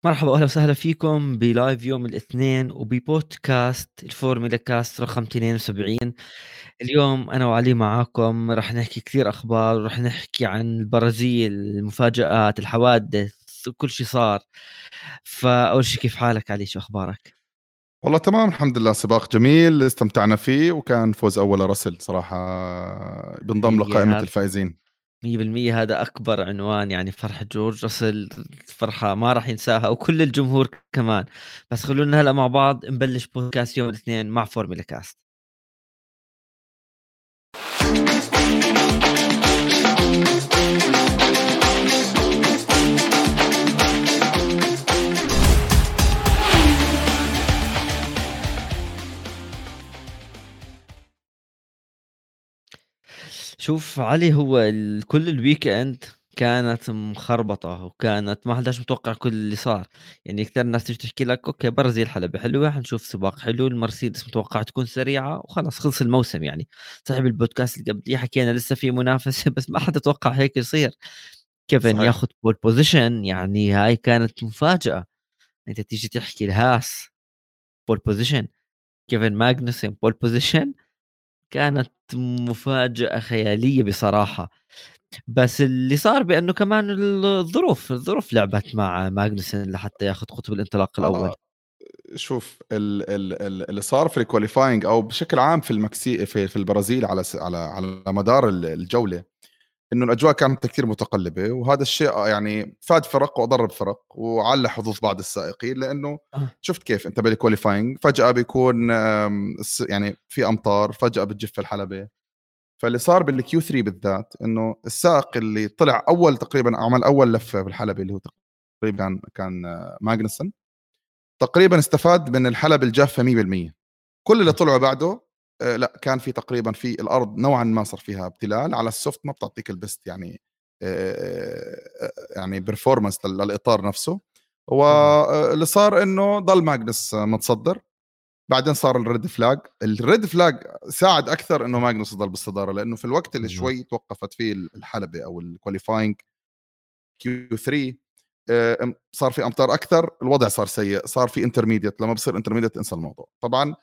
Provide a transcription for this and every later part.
مرحبا واهلا وسهلا فيكم بلايف يوم الاثنين وببودكاست الفورمولا كاست رقم 72. اليوم انا وعلي معاكم رح نحكي كثير اخبار، ورح نحكي عن البرازيل، المفاجآت، الحوادث، كل شيء صار. فاول شيء، كيف حالك علي؟ شو اخبارك؟ والله تمام الحمد لله. سباق جميل استمتعنا فيه، وكان فوز أول رسل صراحة بنضم هي لقائمة هذا الفائزين. 100%، هذا اكبر عنوان، يعني فرحة جورج راسل، فرحة ما راح ينساها وكل الجمهور كمان. بس خلونا هلا مع بعض نبلش بودكاست يوم الاثنين مع فورمولا كاست. شوف علي، هو كل الويك اند كانت مخربطة، وكانت ما حداش متوقع كل اللي صار. يعني كثير ناس تيجي تحكي لك اوكي برازيل حلبة حلوة، حنشوف سباق حلو، المرسيدس متوقع تكون سريعة وخلاص خلص الموسم. يعني صاحب البودكاست اللي قبليه حكينا لسه في منافسة بس ما حدا توقع هيك يصير. كيفن صحيح. ياخذ بول بوزيشن، يعني هاي كانت مفاجأة. انت تيجي تحكي الهاس بول بوزيشن، كيفن ماغنسون بول بوزيشن، كانت مفاجأة خيالية بصراحة. بس اللي صار بانه كمان الظروف لعبت مع ماغنسون لحتى ياخذ قطب الانطلاق الاول. آه شوف اللي صار في الكواليفاينج او بشكل عام في المكسي في البرازيل على مدار الجولة، انه الاجواء كانت كثير متقلبة، وهذا الشيء يعني فاد فرق واضر بفرق وعلى حظوظ بعض السائقين. لانه آه. شفت كيف انت بالكواليفاينج فجأة بيكون يعني في امطار، فجأة بتجف الحلبة. فاللي صار بالكيو 3 بالذات انه السائق اللي طلع اول تقريبا عمل اول لفه بالحلبة اللي هو تقريبا كان ماغنسون، تقريبا استفاد من الحلبة الجافه 100%. كل اللي آه. طلعوا بعده لا، كان في تقريبا في الارض نوعا ما صار فيها ابتلال على السوفت، ما بتعطيك البست يعني يعني برفورمانس للاطار نفسه. طبعا. واللي صار انه ضل ماغنس متصدر. بعدين صار الريد فلاج ساعد اكثر انه ماغنوس يضل بالصداره، لانه في الوقت اللي بالضبط. شوي توقفت فيه الحلبه او الكواليفاينج كيو 3، صار في امطار اكثر، الوضع صار سيء، صار في انترميديت. لما بصير انترميديت انسى الموضوع طبعا.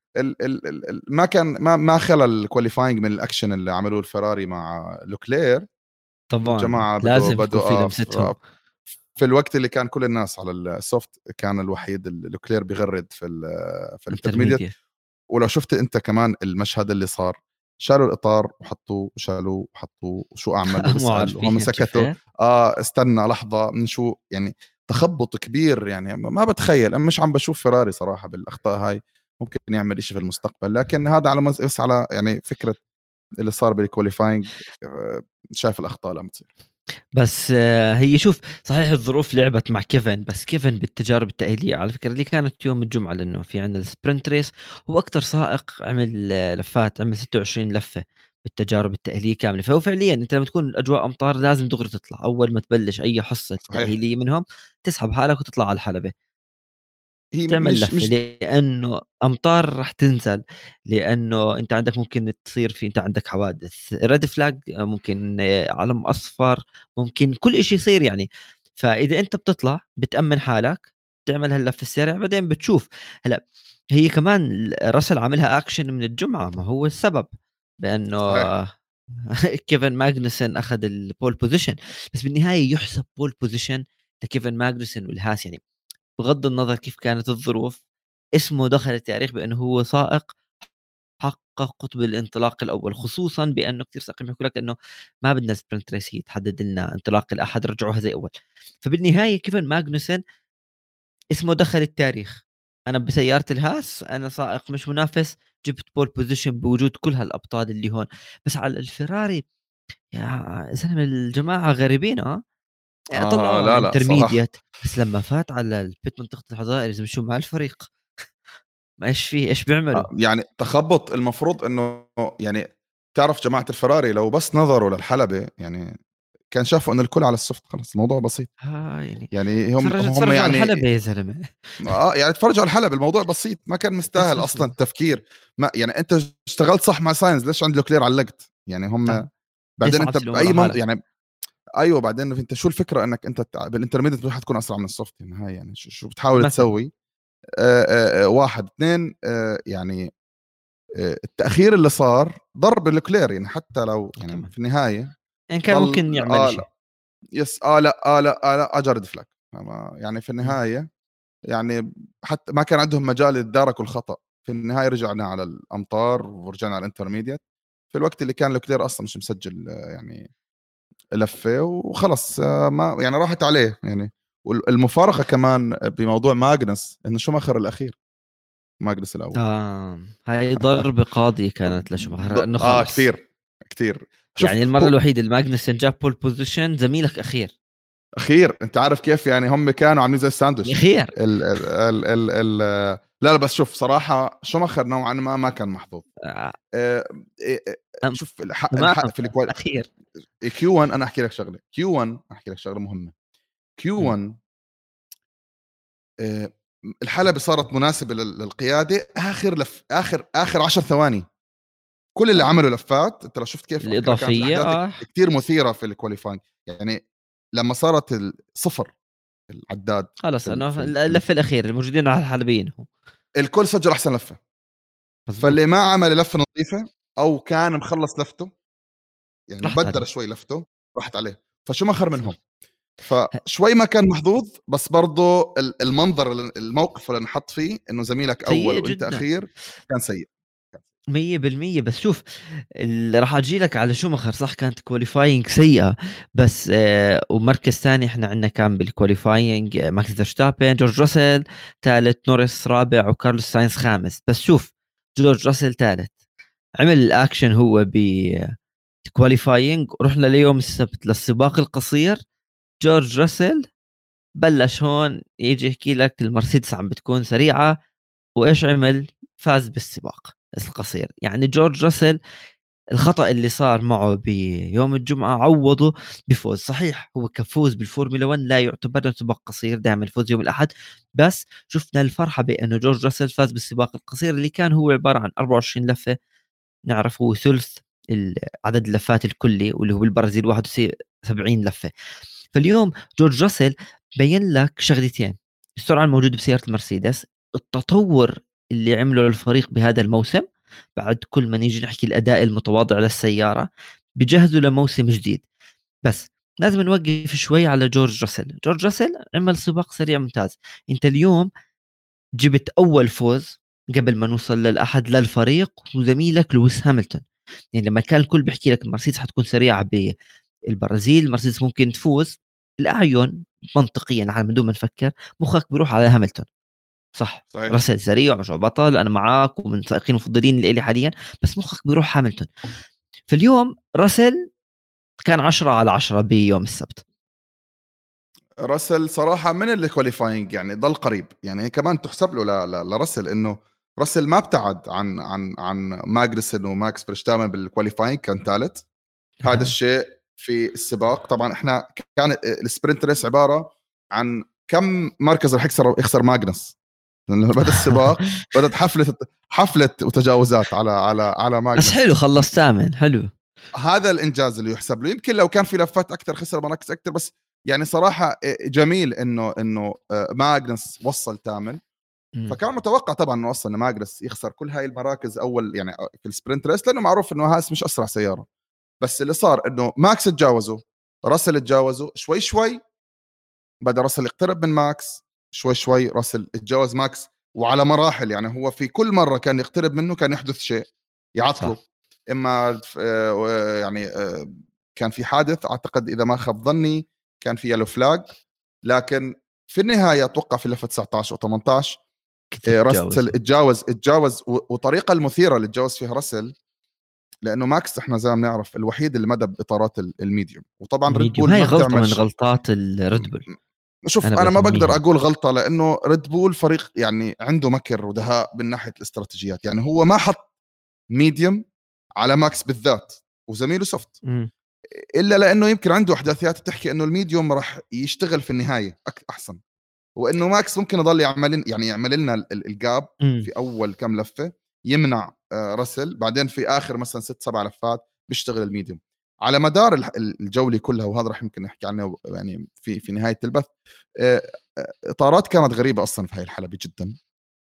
ما كان ما خلى الكواليفاينج من الاكشن اللي عملوه الفراري مع لوكلير. طبعا الجماعه لازم بدوا تكون في لمستهم. في الوقت اللي كان كل الناس على السوفت، كان الوحيد اللي لوكلير بيغرد في الانترميديت. انترميديت. ولو شفت انت كمان المشهد اللي صار، شالوا الاطار وحطوه وشالوه وحطوه، وشو اعمل مو وبسال وهم عارفين سكتوا. شفت. استنى لحظه من شو يعني، تخبط كبير يعني. ما بتخيل، انا مش عم بشوف فراري صراحه بالاخطاء هاي ممكن يعمل إشي في المستقبل، لكن هذا على بس على يعني فكره اللي صار بالكواليفاينج. شايف الاخطاء لما تصير. بس هي شوف، صحيح الظروف لعبت مع كيفن، بس كيفن بالتجارب التأهيلية على فكرة اللي كانت يوم الجمعة، لأنه في عندنا السبرنت ريس، هو أكتر سائق عمل لفات، عمل 26 لفة بالتجارب التأهيلية كاملة. فهو فعليا أنت لما تكون الأجواء أمطار لازم دغري تطلع أول ما تبلش أي حصة صحيح. تأهيلية منهم، تسحب حالك وتطلع على الحلبة، هي تعمل مش لفة، مش لأنه أمطار رح تنزل، لأنه أنت عندك ممكن تصير في، أنت عندك حوادث ريد فلاج، ممكن علم أصفر، ممكن كل إشي يصير يعني. فإذا أنت بتطلع بتأمن حالك، تعمل هاللفة السريع، بعدين بتشوف. هلا هي كمان راسل عاملها أكشن من الجمعة، ما هو السبب بأنه صحيح. كيفن ماغنسون أخذ البول بوزيشن. بس بالنهاية يحسب بول بوزيشن لكيفن ماغنسون والهاس يعني، بغض النظر كيف كانت الظروف، اسمه دخل التاريخ بأنه هو سائق حقق قطب الانطلاق الأول، خصوصا بأنه كثير سائقين بيحكوا لك أنه ما بدنا سبرنت ريس، هي تحدد لنا انطلاق الأحد، رجعوها زي أول. فبالنهاية كيفن ماغنوسن اسمه دخل التاريخ. أنا بسيارة الهاس أنا سائق مش منافس، جبت بول بوزيشن بوجود كل هالأبطال اللي هون. بس على الفراري يا زلمة الجماعة غريبين، يعني طلعوا لا لا صراحه. انترميديت، بس لما فات على البيت منطقة الحظائر لازم شو مع الفريق، ما ايش فيه، ايش بيعملوا. يعني تخبط المفروض انه يعني تعرف جماعة الفراري لو بس نظروا للحلبة يعني كان شافوا انه الكل على السوفت، خلص الموضوع بسيط. ها يعني يعني هم تفرجوا على يعني الحلبة يا زلمة. يعني تفرجوا على الحلبة، الموضوع بسيط، ما كان بس مستاهل بس اصلا التفكير. ما يعني انت اشتغلت صح مع ساينز، ليش عند لوكلير علقت يعني؟ هم بعدين انت تسعة باي ورا حالك. يعني ايوه بعدين انت شو الفكره انك انت بالانترميديت رح تكون اسرع من السوفت النهايه يعني شو بتحاول مثلا تسوي؟ واحد اثنين يعني التاخير اللي صار ضرب الكلير يعني حتى لو يعني كمان في النهايه يعني كان ضل ممكن يعمل شيء. لا يس لا اجرد فلاك يعني في النهايه يعني حتى ما كان عندهم مجال يتداركوا الخطا. في النهايه رجعنا على الامطار ورجعنا على الانترميديت في الوقت اللي كان الكلير اصلا مش مسجل يعني لفه وخلص ما يعني راحت عليه يعني. والمفارقه كمان بموضوع ماجنس انه شوماخر الاخير ماجنس الاول. هاي ضربة قاضية كانت لشوماخر انه خلص. كثير كثير. شوف يعني المرة هو الوحيدة اللي ماجنسن جاب بول بوزيشن زميلك اخير. اخير انت عارف كيف يعني هم كانوا عاملين زي الساندويتش اخير. لا بس شوف صراحه شوماخر نوعا ما كان محظوظ. آه، آه، أم- شوف تمام. في الكوال اخير. كيو 1 انا احكي لك شغله كيو 1 احكي لك شغله مهمه. كيو مم. 1 الحلبة صارت مناسبة للقيادة آخر 10 ثواني. كل اللي اه عملوا لفات انت لو شفت كيف على فكرة كانت الاضافية الأحداث كتير مثيرة في الكواليفاينج يعني لما صارت الصفر العداد خلص انه في اللفة الاخيرة الموجودين على الحلبين هم. الكل سجل أحسن لفة. فاللي مزبوط. ما عمل لفة نظيفة أو كان مخلص لفته يعني رحت بدل عليه. شوي لفته راحت عليه. فشو ما خر منهم. صح. فشوي ما كان محظوظ بس برضه المنظر الموقف اللي انحط فيه انه زميلك اول سيء وانت جدا. اخير كان سيء. 100%. بس شوف اللي راح اجي لك على شوماخر صح كانت كواليفاينج سيئة. بس ومركز ثاني احنا عندنا كان بالكواليفاينج ماكس فيرستابن جورج راسل ثالث نورس رابع وكارلوس ساينز خامس. بس شوف جورج راسل ثالث عمل الاكشن هو بكواليفاينج. رحنا ليوم السبت للسباق القصير. جورج راسل بلش هون يجي يحكي لك المرسيدس عم بتكون سريعة. وايش عمل؟ فاز بالسباق القصير. يعني جورج راسل الخطأ اللي صار معه بيوم الجمعة عوضه بفوز. صحيح هو كفوز بالفورمولا 1 لا يعتبر سباق قصير دائما الفوز يوم الأحد. بس شفنا الفرحة بأنه جورج راسل فاز بالسباق القصير اللي كان هو عبارة عن 24 لفة. نعرف هو ثلث عدد اللفات الكلي واللي هو بالبرازيل 71 لفة. فاليوم جورج راسل بين لك شغلتين: السرعة الموجودة بسيارة المرسيدس، التطور اللي عمله الفريق بهذا الموسم. بعد كل ما نيجي نحكي الأداء المتواضع للسيارة بجهزوا لموسم جديد. بس لازم نوقف شوي على جورج راسل. جورج راسل عمل سباق سريع ممتاز. انت اليوم جبت أول فوز قبل ما نوصل للأحد للفريق وزميلك لويس هامilton. يعني لما كان الكل بيحكي لك المرسيدس حتكون سريعة بالبرازيل، المرسيدس ممكن تفوز، الأعين منطقيا على من دون ما نفكر مخك بيروح على هامilton. صح صحيح. راسل سريع ومش بطل أنا معاك ومن السائقين المفضلين اللي حاليا. بس مخك بيروح هامilton. في اليوم راسل كان 10/10 بيوم السبت. راسل صراحة من الكواليفاينج يعني ضل قريب يعني كمان تحسب له لراسل انه راسل ما ابتعد عن ماجنسن وماكس فيرستابن بالكواليفاينج كان ثالث. هذا الشيء في السباق طبعا احنا كان السبرنت ريس عبارة عن كم مركز رح يخسر ماجنس لانه بدا السباق بدت حفلة وتجاوزات على بس ماجنس. حلو خلص ثامن حلو. هذا الانجاز اللي يحسب له. يمكن لو كان في لفات اكثر خسر مراكز اكثر بس يعني صراحه جميل انه ماجنس وصل ثامن. مم. فكان متوقع طبعا انه وصل ماجنس يخسر كل هاي المراكز اول يعني في السبرنت ريس لانه معروف انه هاس مش اسرع سياره. بس اللي صار انه ماكس تجاوزه راسل تجاوزه شوي شوي. بدا راسل يقترب من ماكس شوي شوي راسل تجاوز ماكس وعلى مراحل يعني هو في كل مره كان يقترب منه كان يحدث شيء يعطله. صح. اما يعني كان في حادث اعتقد اذا ما خاب ظني كان في يلو فلاج. لكن في النهايه اتوقع في لفه 19 و18 كثير راسل تجاوزوا. اتجاوز وطريقه المثيره اللي تجاوز فيها راسل لانه ماكس احنا زي ما بنعرف الوحيد اللي مدى باطارات الميديوم. وطبعا ريد الميديوم بول هاي ما غلطة بتعمل من غلطات الريد بول. شوف أنا انا ما بقدر بسميها. اقول غلطه لانه ريد بول فريق يعني عنده مكر ودهاء من ناحيه الاستراتيجيات. يعني هو ما حط ميديوم على ماكس بالذات وزميله سوفت مم. الا لانه يمكن عنده احداثيات بتحكي انه الميديوم راح يشتغل في النهايه احسن. وانه ماكس ممكن يضل يعمل لنا الجاب مم. في اول كم لفه يمنع راسل بعدين في اخر مثلا 6 7 لفات بيشتغل الميديوم. على مدار الجوله كلها، وهذا راح يمكن نحكي عنه يعني في نهايه البث. اطارات كانت غريبه اصلا في هاي الحلبه جدا.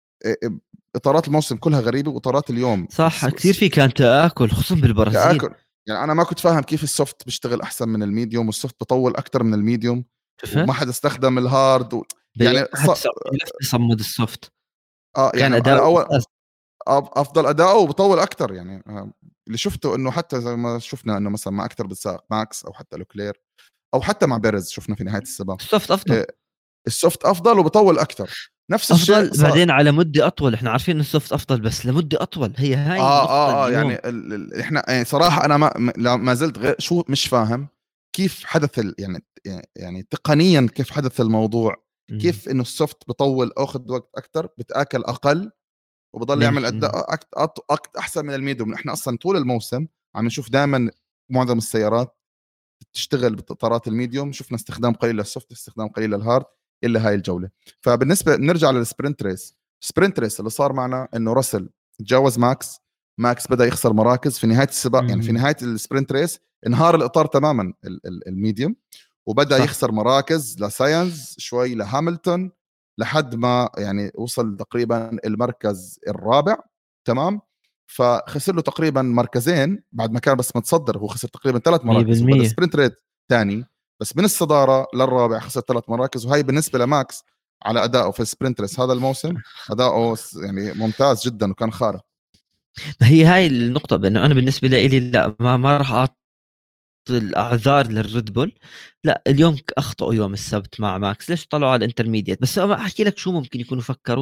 اطارات الموسم كلها غريبه، واطارات اليوم صح، كثير في كان تآكل خصوصا بالبرازيل. تآكل. يعني انا ما كنت فاهم كيف السوفت بيشتغل احسن من الميديوم، والسوفت بطول اكثر من الميديوم، وما شفت حدا استخدم الهارد يعني واحد نفسه صمد السوفت، كان يعني انا اداؤه اول ممتاز. افضل اداؤه وبطول اكثر يعني. اللي شفته انه حتى زي ما شفنا انه مثلا مع اكثر بالسائق ماكس او حتى لوكلير او حتى مع بيريز شفنا في نهايه السباق السوفت افضل. آه، السوفت افضل وبطول اكثر. نفس الشيء افضل صار. بعدين على مده اطول، احنا عارفين ان السوفت افضل بس لمده اطول، هي هاي النقطه يعني اليوم. احنا يعني صراحه انا ما زلت غير شو مش فاهم كيف حدث يعني تقنيا كيف حدث الموضوع. مم. كيف انه السوفت بطول اخذ وقت اكثر، بتاكل اقل، وبضل يعمل ممكن. اداء احسن من الميديوم. احنا اصلا طول الموسم عم نشوف دائما معظم السيارات تشتغل باطارات الميديوم، شفنا استخدام قليل للسوفت، استخدام قليل للهارد الا هاي الجوله. فبالنسبه نرجع للسبرنت ريس. سبرنت ريس اللي صار معنا انه راسل تجاوز ماكس، ماكس بدا يخسر مراكز في نهايه السباق. يعني في مم. نهايه السبرنت ريس انهار الاطار تماما الميديوم، وبدا صح. يخسر مراكز لساينز، شوي لهاملتون، لحد ما يعني وصل تقريبا المركز الرابع. تمام. فخسر له تقريبا مركزين بعد ما كان بس متصدر. هو خسر تقريبا 3 مراكز، وبدا 100%. سبرنت ريت ثاني، بس من الصداره للرابع خسر 3 مراكز. وهي بالنسبه لماكس على ادائه في السبرنت ريس هذا الموسم، اداؤه يعني ممتاز جدا وكان خارق. ما هي هاي النقطه، بانه انا بالنسبه لي لا، ما راح اعطي الاعذار للريد بول. لا، اليوم اخطاوا يوم السبت مع ماكس، ليش طلعوا على الانترميديت؟ بس أنا احكي لك شو ممكن يكونوا فكروا.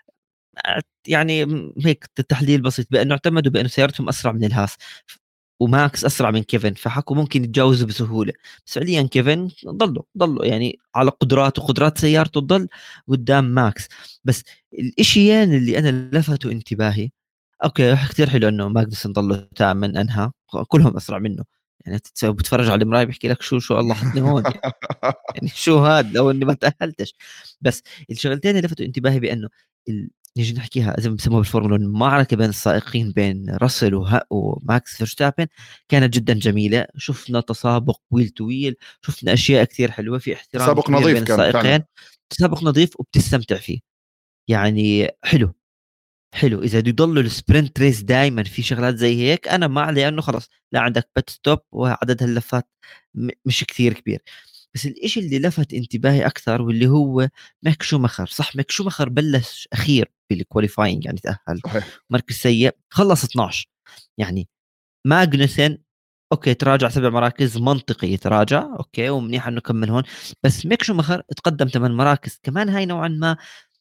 يعني هيك تحليل بسيط، بانه اعتمدوا بانه سيارتهم اسرع من الهاس، وماكس اسرع من كيفن، فحكوا ممكن يتجاوزوا بسهوله. بس فعليا كيفن ضلوا يعني على قدرات سيارته، ضل قدام ماكس. بس الاشيين اللي انا لفتوا انتباهي، اوكي كثير حلو انه ماجنسون ضله ثامن، انهى كلهم اسرع منه. يعني بتفرج على المرايه بيحكي لك شو الله حطني هون يعني شو هاد لو اني ما تاهلتش. بس الشغلتين اللي لفتوا انتباهي بانه نيجي نحكيها زي ما بسموها بالفورمولا، المعركه بين السائقين بين راسل وماكس فيرستابن كانت جدا جميله. شفنا تسابق ويل تو ويل، شفنا اشياء كثير حلوه، في احترام تسابق كبير نظيف بين كان فعلا. السائقين. تسابق نظيف وبتستمتع فيه، يعني حلو. حلو اذا بده يضلوا السبرنت ريس دائما في شغلات زي هيك، انا مع، لانه خلص لا عندك بت ستوب وعدد هاللفات مش كثير كبير. بس الاشي اللي لفت انتباهي اكثر واللي هو ماك شوماخر. صح، ماك شوماخر بلش اخير بالكواليفاينج، يعني تاهل صحيح. مركز سيء، خلص 12. يعني ماجنسن اوكي تراجع 7 مراكز، منطقي يتراجع، اوكي ومنيح انه كمل هون. بس ميك شوماخر تقدم 8 مراكز كمان، هاي نوعا ما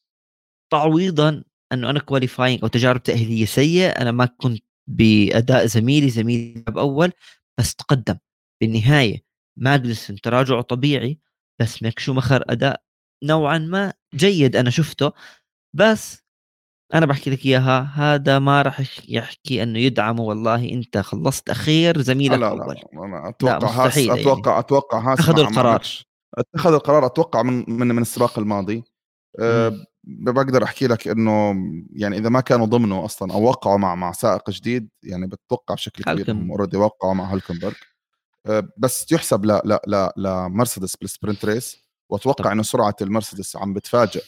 تعويضا انه انا كواليفاينج او تجارب تاهيليه سيئه، انا ما كنت باداء زميلي باول، بس تقدم بالنهايه. ماجلسن تراجعه طبيعي، بس ميك شوماخر اداء نوعا ما جيد انا شفته. بس انا بحكي لك اياها، هذا ما راح يحكي انه يدعمه والله انت خلصت اخير زميلك لا اول. أنا لا اتوقع هاس مستحيل يعني. اتوقع هاس اخذوا ما القرار. عملش. اتخذ القرار اتوقع من السباق الماضي. امم بقدر احكي لك انه يعني اذا ما كانوا ضمنه اصلا او وقعوا مع سائق جديد، يعني بتوقع بشكل كبير انهم حالكم. اوريدي وقعوا مع هولكنبرغ. بس يحسب لا لا لا لمرسيدس بالسبرنت ريس. واتوقع طبعا. انه سرعه المرسيدس عم بتفاجئ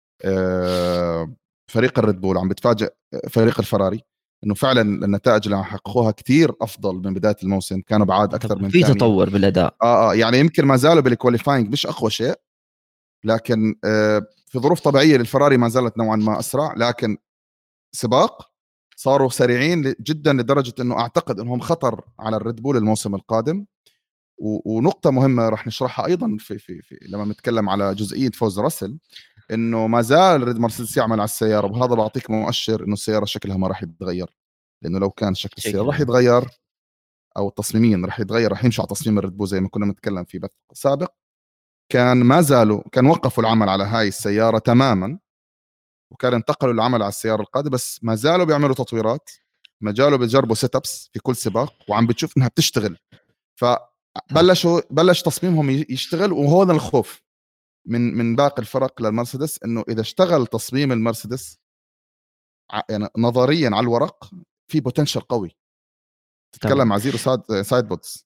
فريق الريد بول، عم بتفاجئ فريق الفراري، انه فعلا النتائج اللي عم حققوها كثير افضل من بدايه الموسم، كانوا بعاد اكثر طبعا من في ثانيه. تطور بالاداء. يعني يمكن ما زالوا بالكواليفاينج مش اقوى شيء، لكن في ظروف طبيعيه للفراري ما زالت نوعا ما اسرع، لكن سباق صاروا سريعين جدا لدرجه انه اعتقد انهم خطر على الريد بول الموسم القادم. ونقطه مهمه راح نشرحها ايضا في لما نتكلم على جزئيه فوز راسل، انه ما زال ريد مرسيدس يعمل على السياره، وهذا بعطيك مؤشر انه السياره شكلها ما راح يتغير. لانه لو كان شكل السياره راح شكلها. يتغير او التصميميا راح يتغير، راح يمشي على تصميم الريد بول زي ما كنا بنتكلم في بث سابق، كان ما زالوا كان وقفوا العمل على هاي السياره تماما، وكان انتقلوا للعمل على السياره القادمه. بس ما زالوا بيعملوا تطويرات، ما زالوا بيجربوا سيت ابس في كل سباق، وعم بتشوف انها بتشتغل. صح. بلش تصميمهم يشتغل. وهذا الخوف من باقي الفرق للمرسيدس، انه اذا اشتغل تصميم المرسيدس يعني نظريا على الورق في بوتنشل قوي. تتكلم طبعا. مع زيرو سايد بودز.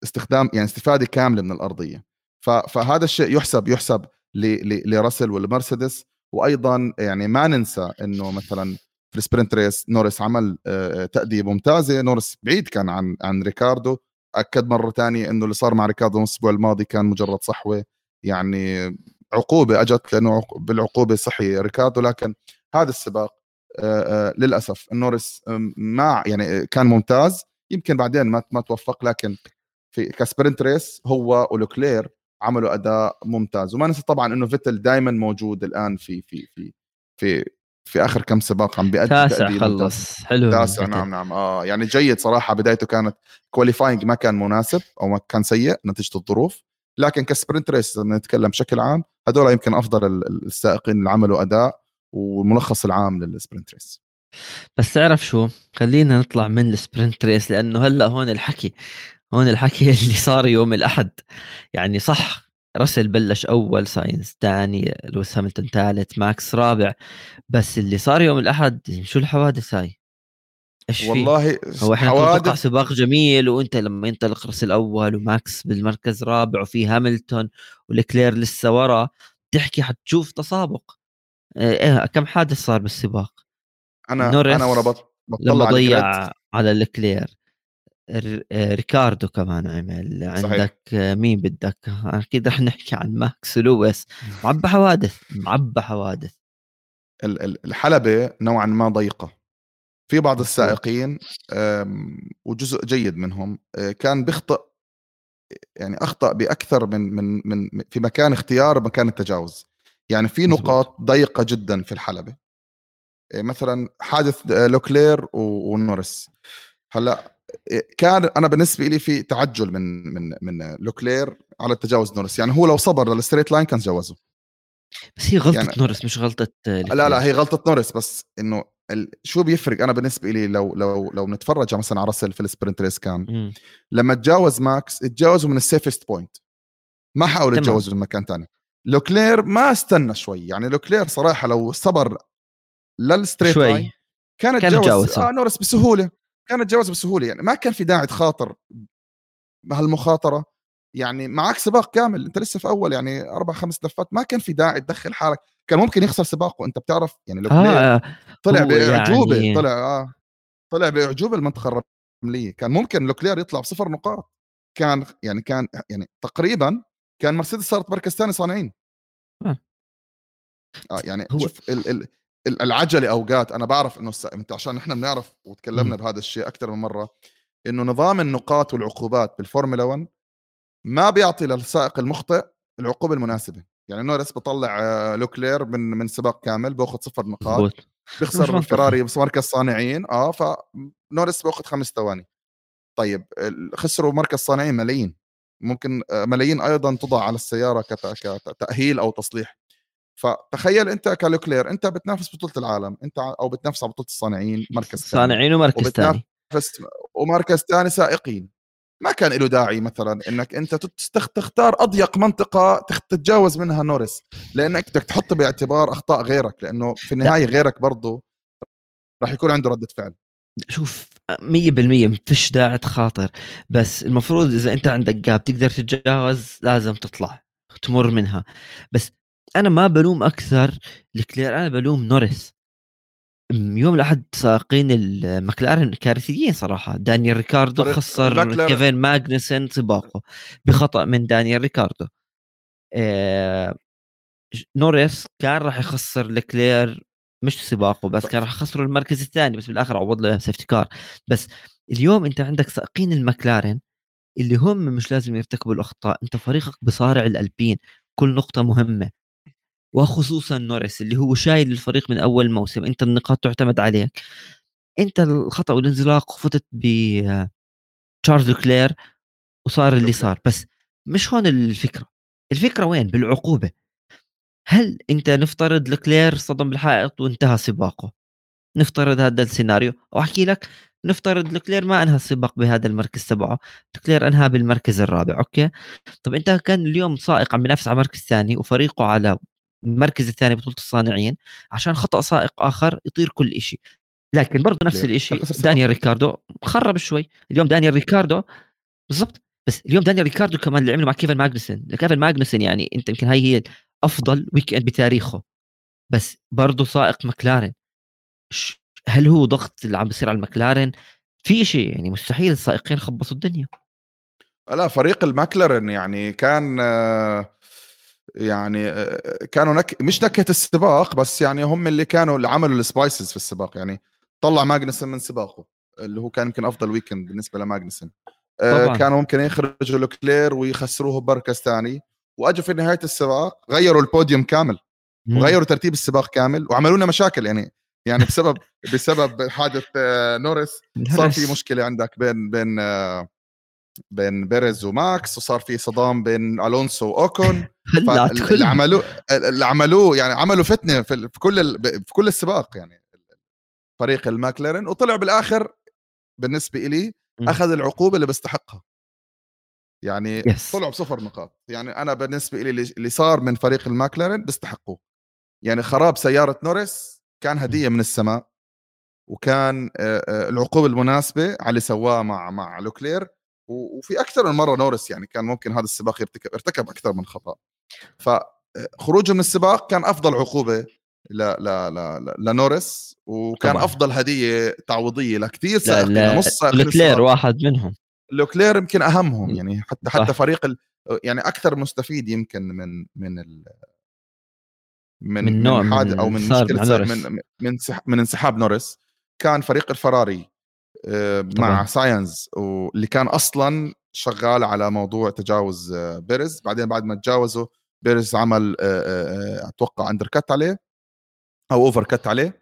استخدام يعني استفاده كامله من الارضيه. فهذا الشيء يحسب لراسل والمرسيدس. وايضا يعني ما ننسى انه مثلا في السبرنت ريس نورس عمل تأدية ممتازه. نورس بعيد كان عن ريكاردو. اكد مره ثانيه انه اللي صار مع ريكاردو الاسبوع الماضي كان مجرد صحوه، يعني عقوبه اجت لانه بالعقوبه صحي ريكاردو. لكن هذا السباق للاسف النورس ما يعني كان ممتاز، يمكن بعدين ما توفق، لكن في كسبرنت ريس هو ولوكلير عملوا اداء ممتاز. وما ننسى طبعا انه فيتل دائما موجود الان في في اخر كم سباق عم بيأدي تاسع تأدية ممتازه. خلص حلو تاسع، فيتل. نعم يعني جيد صراحه. بدايته كانت كواليفاينج ما كان مناسب او ما كان سيء نتيجه الظروف، لكن كسبرنت ريس لما نتكلم بشكل عام هذول يمكن افضل السائقين اللي عملوا اداء والملخص العام للسبرنت ريس. بس تعرف شو، خلينا نطلع من السبرنت ريس لانه هلا هون الحكي اللي صار يوم الاحد. يعني صح، راسل بلش اول، ساينز ثاني، لويس هامilton ثالث، ماكس رابع. بس اللي صار يوم الاحد شو الحوادث هاي؟ ايش فيه؟ والله هو احنا نتوقع حوادث. سباق جميل، وانت لما ينطلق راسل الاول وماكس بالمركز رابع وفي هامilton والكلير لسه ورا، تحكي حتشوف تسابق. ايه كم حادث صار بالسباق؟ انا وانا نورس لما بطلع على ضيع الجريد. على الكلير، ريكاردو كمان عمل صحيح. عندك. مين بدك؟ اكيد رح نحكي عن ماكس لويس. معبى حوادث، معبى حوادث. الحلبة نوعا ما ضيقة. في بعض مظبوط. السائقين وجزء جيد منهم كان بيخطئ، يعني أخطأ بأكثر من في مكان اختيار مكان التجاوز. يعني في مظبوط. نقاط ضيقة جدا في الحلبة. مثلا حادث لوكلير ونورس. هلا كان أنا بالنسبة لي في تعجل من لوكلير على التجاوز نورس. يعني هو لو صبر للستريت لاين كان جاوزه. بس هي غلطة يعني نورس مش غلطة لا هي الكلير. غلطة نورس، بس انه شو بيفرق. انا بالنسبة لي لو نتفرج مثلا على راسل في السبرنت ريس كان مم. لما تجاوز ماكس تجاوزه من السيفست بوينت، ما حاول تمام. يتجاوزه من مكان تاني. لوكلير ما استنى شوي. يعني لوكلير صراحة لو صبر للستريت لاين شوي كانت كان تجاوز تجاوزه. نورس بسهولة. كانت تجاوز بسهولة، يعني ما كان في داعي تخاطر بهالمخاطرة. يعني معك سباق كامل، انت لسه في اول يعني 4 5 لفات، ما كان في داعي تدخل حالك. كان ممكن يخسر سباقه. انت بتعرف يعني لوكلير اه طلع هو باعجوبه، يعني طلع باعجوبه المنطقه الرمليه. كان ممكن لوكلير يطلع بصفر نقاط. كان يعني تقريبا كان مرسيدس صارت مركز ثاني صانعين. آه. يعني هو شوف العجله اوقات. انا بعرف انه انت عشان نحن بنعرف مم. وتكلمنا بهذا الشيء اكثر من مره، انه نظام النقاط والعقوبات بالفورمولا 1 ما بيعطي للسائق المخطئ العقوبه المناسبه. يعني نورس بطلع لوكلير من سباق كامل باخذ 0 نقاط، مظبوط. مش بيخسر منطقي. فيراري مركز صانعين. فنورس باخذ 5 ثواني. طيب خسروا مركز صانعين ملايين، ممكن ملايين ايضا تضع على السياره كتاهيل او تصليح. فتخيل انت كلوكلير انت بتنافس بطوله العالم، انت او بتنافس على بطوله الصانعين مركز ثاني، صانعين ومركز ثاني. وبتنافس ومركز ثاني سائقين. ما كان له داعي مثلا انك انت تختار اضيق منطقه تتجاوز منها نورس، لانك بدك تحط باعتبار اخطاء غيرك، لانه في لا النهايه غيرك برضه راح يكون عنده رده فعل. شوف، 100% ما فيش داعي تخاطر. بس المفروض إذا أنت عندك جاب تقدر تتجاوز لازم تطلع تمر منها. بس أنا ما بلوم أكثر الكلير، أنا بلوم نورس. يوم الأحد سائقين المكلارن كارثيين صراحة. دانيال ريكاردو فريق خسر الماكلارن. كيفن ماغنسن سباقه بخطأ من دانيال ريكاردو. آه، نوريس كان راح يخسر لكلير مش سباقه بس، كان راح يخسر المركز الثاني، بس بالاخر عوض له سيفتي كار. بس اليوم انت عندك سائقين المكلارن اللي هم مش لازم يرتكبوا الاخطاء. انت فريقك بصارع الالبين، كل نقطه مهمه، وخصوصا نوريس اللي هو شايل الفريق من اول موسم. انت النقاط تعتمد عليك. انت الخطا والانزلاق فتت بتشارلز كلير وصار اللي لوكلير صار. بس مش هون الفكره. الفكره وين؟ بالعقوبه. هل انت نفترض لكلير صدم بالحائط وانتهى سباقه، نفترض هذا السيناريو، واحكي لك نفترض لكلير ما انهى السباق بهذا المركز تبعه، لكلير انهى بالمركز الرابع، اوكي. طب انت كان اليوم سائق عم ينافس على مركز ثاني وفريقه على المركز الثاني بطولة الصانعين، عشان خطأ سائق اخر يطير كل إشي. لكن برضه نفس الإشي خسر دانيال سباق. ريكاردو خرب شوي اليوم. دانيال ريكاردو بالضبط. بس اليوم دانيال ريكاردو كمان اللي عمله مع كيفن ماغنسن يعني انت يمكن هاي هي افضل ويك اند بتاريخه، بس برضه سائق مكلارن. هل هو ضغط اللي عم بيصير على المكلارن؟ في شيء يعني مستحيل السائقين خبصوا الدنيا. لا فريق الماكلارن يعني كان يعني كانوا مش نكهة السباق، بس يعني هم اللي كانوا اللي عملوا السبايسز في السباق. يعني طلع ماجنسن من سباقه اللي هو كان يمكن افضل ويكند بالنسبه لماجنسن. طبعا. كانوا ممكن يخرجوا لوكلير ويخسروه بمركز ثاني، واجوا في نهايه السباق غيروا البوديوم كامل مم. وغيروا ترتيب السباق كامل وعملوا لنا مشاكل. يعني بسبب حادث نورس صار في الهرس. مشكله عندك بين بيريز وماكس، وصار في صدام بين الونسو واوكون. هلعت فاللي كلها. عملوه اللي عملوه يعني عملوا فتنه في كل السباق يعني فريق الماكلارين، وطلع بالاخر بالنسبه لي مم. اخذ العقوبه اللي بيستحقها. يعني يس. طلعوا بصفر نقاط. يعني انا بالنسبه لي اللي صار من فريق الماكلارين بيستحقوه. يعني خراب سياره نورس كان مم. هديه من السماء، وكان العقوبه المناسبه على اللي سواه مع لوكلير. وفي اكثر من مره نورس يعني كان ممكن هذا السباق ارتكب اكثر من خطا. فخروجه من السباق كان افضل عقوبه لنورس، وكان طبعا. افضل هديه تعويضيه لكثير لا سائقين، لا، لنص سائقين لكلير السباق. واحد منهم. لوكلير يمكن اهمهم، يعني حتى صح. فريق يعني اكثر مستفيد يمكن من من من نوع حاد او من من صار مشكله مع نورس. من انسحاب نورس. كان فريق الفراري مع طبعا. ساينز، واللي كان اصلا شغال على موضوع تجاوز بيرز. بعدين بعد ما تجاوزه بيرز عمل اتوقع اندر كت عليه او اوفر كت عليه.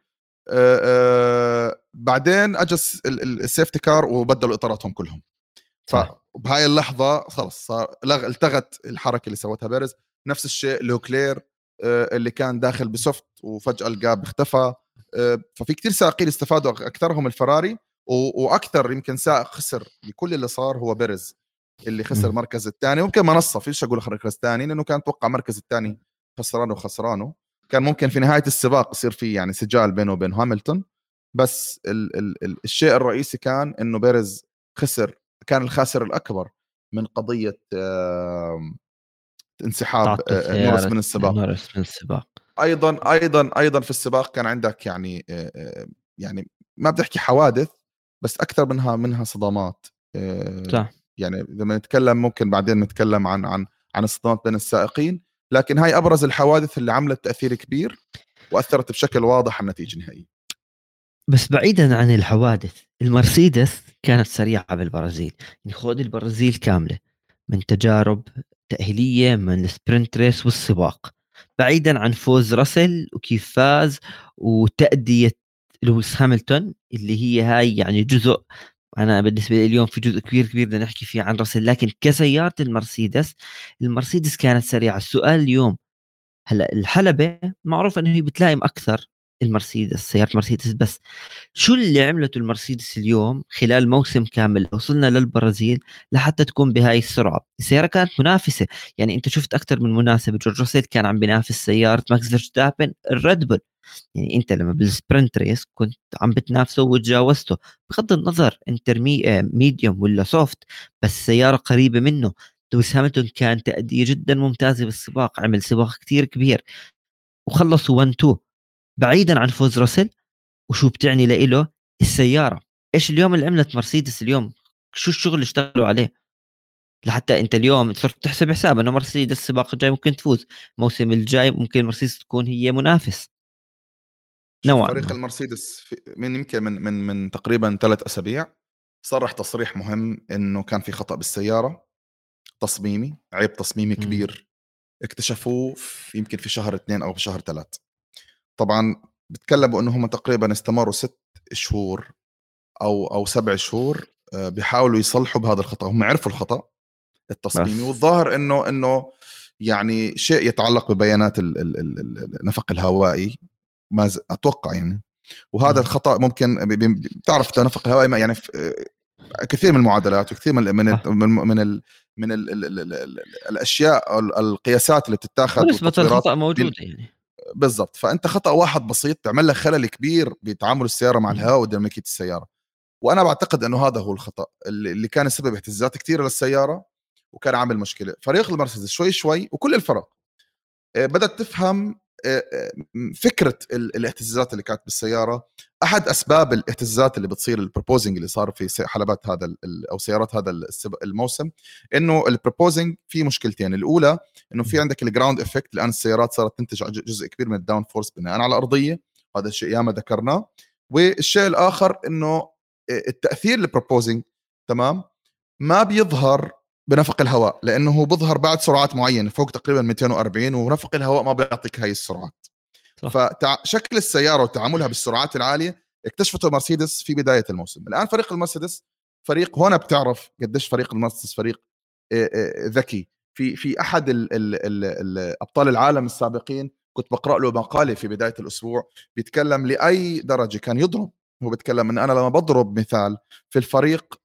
بعدين اجى السيفتي كار وبدلوا اطاراتهم كلهم. صح. فبهاي اللحظه خلص صار التغت الحركه اللي سوتها بيرز. نفس الشيء لوكلير اللي كان داخل بسوفت وفجاه الجاب اختفى. ففي كتير سائقين استفادوا، اكثرهم الفراري. واكثر يمكن سائق خسر بكل اللي صار هو بيرز، اللي خسر مم. المركز الثاني. ممكن منصه فيش اقول المركز الثاني لانه كان توقع المركز الثاني خسرانه. كان ممكن في نهايه السباق يصير في يعني سجال بينه وبين هاملتون. بس الشيء الرئيسي كان انه بيرز خسر، كان الخاسر الاكبر من قضيه انسحاب تعطل نورس سيارة من السباق. نورس من السباق. ايضا في السباق كان عندك يعني يعني ما بدي احكي حوادث، بس اكثر منها صدامات. صح. يعني لما نتكلم ممكن بعدين نتكلم عن الصدامات بين السائقين، لكن هاي ابرز الحوادث اللي عملت تاثير كبير واثرت بشكل واضح على النتيجه النهائيه. بس بعيدا عن الحوادث، المرسيدس كانت سريعة بالبرازيل. يعني خذ البرازيل كاملة من تجارب تأهيلية، من السبرنت ريس والسباق، بعيدا عن فوز راسل وكيف فاز وتأدية لويس هامilton اللي هي هاي يعني جزء. أنا بالنسبة لي اليوم في جزء كبير كبير بدنا نحكي فيه عن راسل، لكن كسيارة المرسيدس، المرسيدس كانت سريعة. السؤال اليوم، هلا الحلبة معروف انه هي بتلائم اكثر المرسيدس، سيارة مرسيدس، بس شو اللي عملته المرسيدس اليوم خلال موسم كامل وصلنا للبرازيل لحتى تكون بهاي السرعة؟ السيارة كانت منافسة. يعني انت شفت اكثر من مناسبة جورج راسل كان عم بينافس سيارة ماكس فيرستابن الريد بول. يعني انت لما بالسبرنت ريس كنت عم بتنافسه وتجاوزته، بغض النظر ميديوم ولا سوفت، بس سيارة قريبة منه. لويس هامilton كان تأدية جدا ممتازة بالسباق، عمل سباق كتير كبير وخلصوا 1 2 بعيدا عن فوز راسل. وشو بتعني لإله السيارة؟ ايش اليوم اللي عملت مرسيدس اليوم؟ شو الشغل اللي اشتغلوا عليه لحتى انت اليوم صرت تحسب حساب انه مرسيدس السباق الجاي ممكن تفوز، الموسم الجاي ممكن مرسيدس تكون هي منافس شوف نوعا فريق ما. المرسيدس من يمكن من تقريبا 3 اسابيع صرح تصريح مهم انه كان في خطأ بالسيارة تصميمي، عيب تصميمي مم. كبير اكتشفوه يمكن في شهر 2 او في شهر 3. طبعا بتكلموا انه هم تقريبا استمروا 6 شهور او 7 شهور بيحاولوا يصلحوا بهذا الخطأ. هم عرفوا الخطأ التصميمي، بس والظاهر انه يعني شيء يتعلق ببيانات النفق الهوائي، اتوقع يعني. وهذا مم. الخطأ ممكن بتعرف تنفق الهوائي يعني في كثير من المعادلات وكثير صح. الاشياء أو القياسات اللي بتتاخذ ونسبة والتطويرات الخطأ موجودة يعني. بالضبط. فانت خطأ واحد بسيط بيعمل لك خلل كبير بتعامل السياره مع مم. الهواء وديناميكيه السياره. وانا بعتقد انه هذا هو الخطأ اللي كان سبب اهتزازات كثيره للسياره وكان عامل مشكله. فريق المرسيدس شوي شوي وكل الفرق بدأت تفهم فكره الاهتزازات اللي كانت بالسياره. احد اسباب الاهتزازات اللي بتصير البروبوزنج اللي صار في حلبات هذا او سيارات هذا الموسم، انه البروبوزنج في مشكلتين. الاولى انه في عندك الجراوند افكت. الان السيارات صارت تنتج جزء كبير من الداون فورس بناء على الارضيه، هذا الشيء ياما ذكرناه. والشيء الاخر انه التاثير البروبوزنج تمام ما بيظهر بنفق الهواء، لانه هو بيظهر بعد سرعات معينه فوق تقريبا 240، ونفق الهواء ما بيعطيك هاي السرعات. فشكل السياره وتعاملها بالسرعات العاليه اكتشفته مرسيدس في بدايه الموسم. الان فريق المرسيدس فريق، هنا بتعرف قديش فريق المرسيدس فريق ذكي. في احد ابطال العالم السابقين كنت بقرا له مقاله في بدايه الاسبوع بيتكلم لاي درجه كان يضرب. هو بيتكلم ان انا لما بضرب مثال في الفريق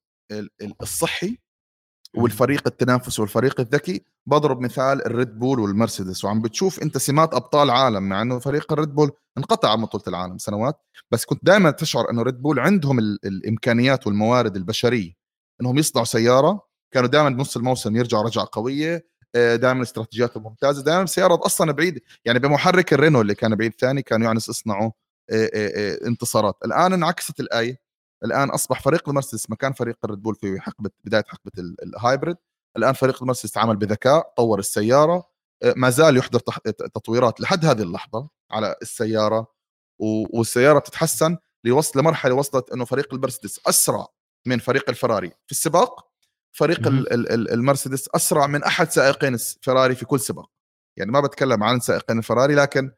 الصحي والفريق التنافس والفريق الذكي، بضرب مثال الريد بول والمرسيدس. وعم بتشوف انت سمات ابطال عالم، مع انه فريق الريد بول انقطع عن بطولة العالم سنوات، بس كنت دائما تشعر انه ريد بول عندهم الامكانيات والموارد البشريه انهم يصنعوا سياره. كانوا دائما بنص الموسم يرجعوا رجعه قويه، دائما استراتيجياتهم ممتازه، دائما سياره اصلا بعيد يعني بمحرك الرينو اللي كان بعيد ثاني كانوا يعني يصنعوا انتصارات. الان انعكست الايه، الان اصبح فريق المرسيدس مكان فريق الريد بول في بدايه حقبه الهايبريد. الان فريق المرسيدس تعامل بذكاء، طور السياره، ما زال يحضر تطويرات لحد هذه اللحظه على السياره، والسياره بتتحسن لوصل لمرحله وصلت انه فريق المرسيدس اسرع من فريق الفراري في السباق. فريق المرسيدس اسرع من احد سائقين الفراري في كل سباق. يعني ما بتكلم عن سائقين الفراري، لكن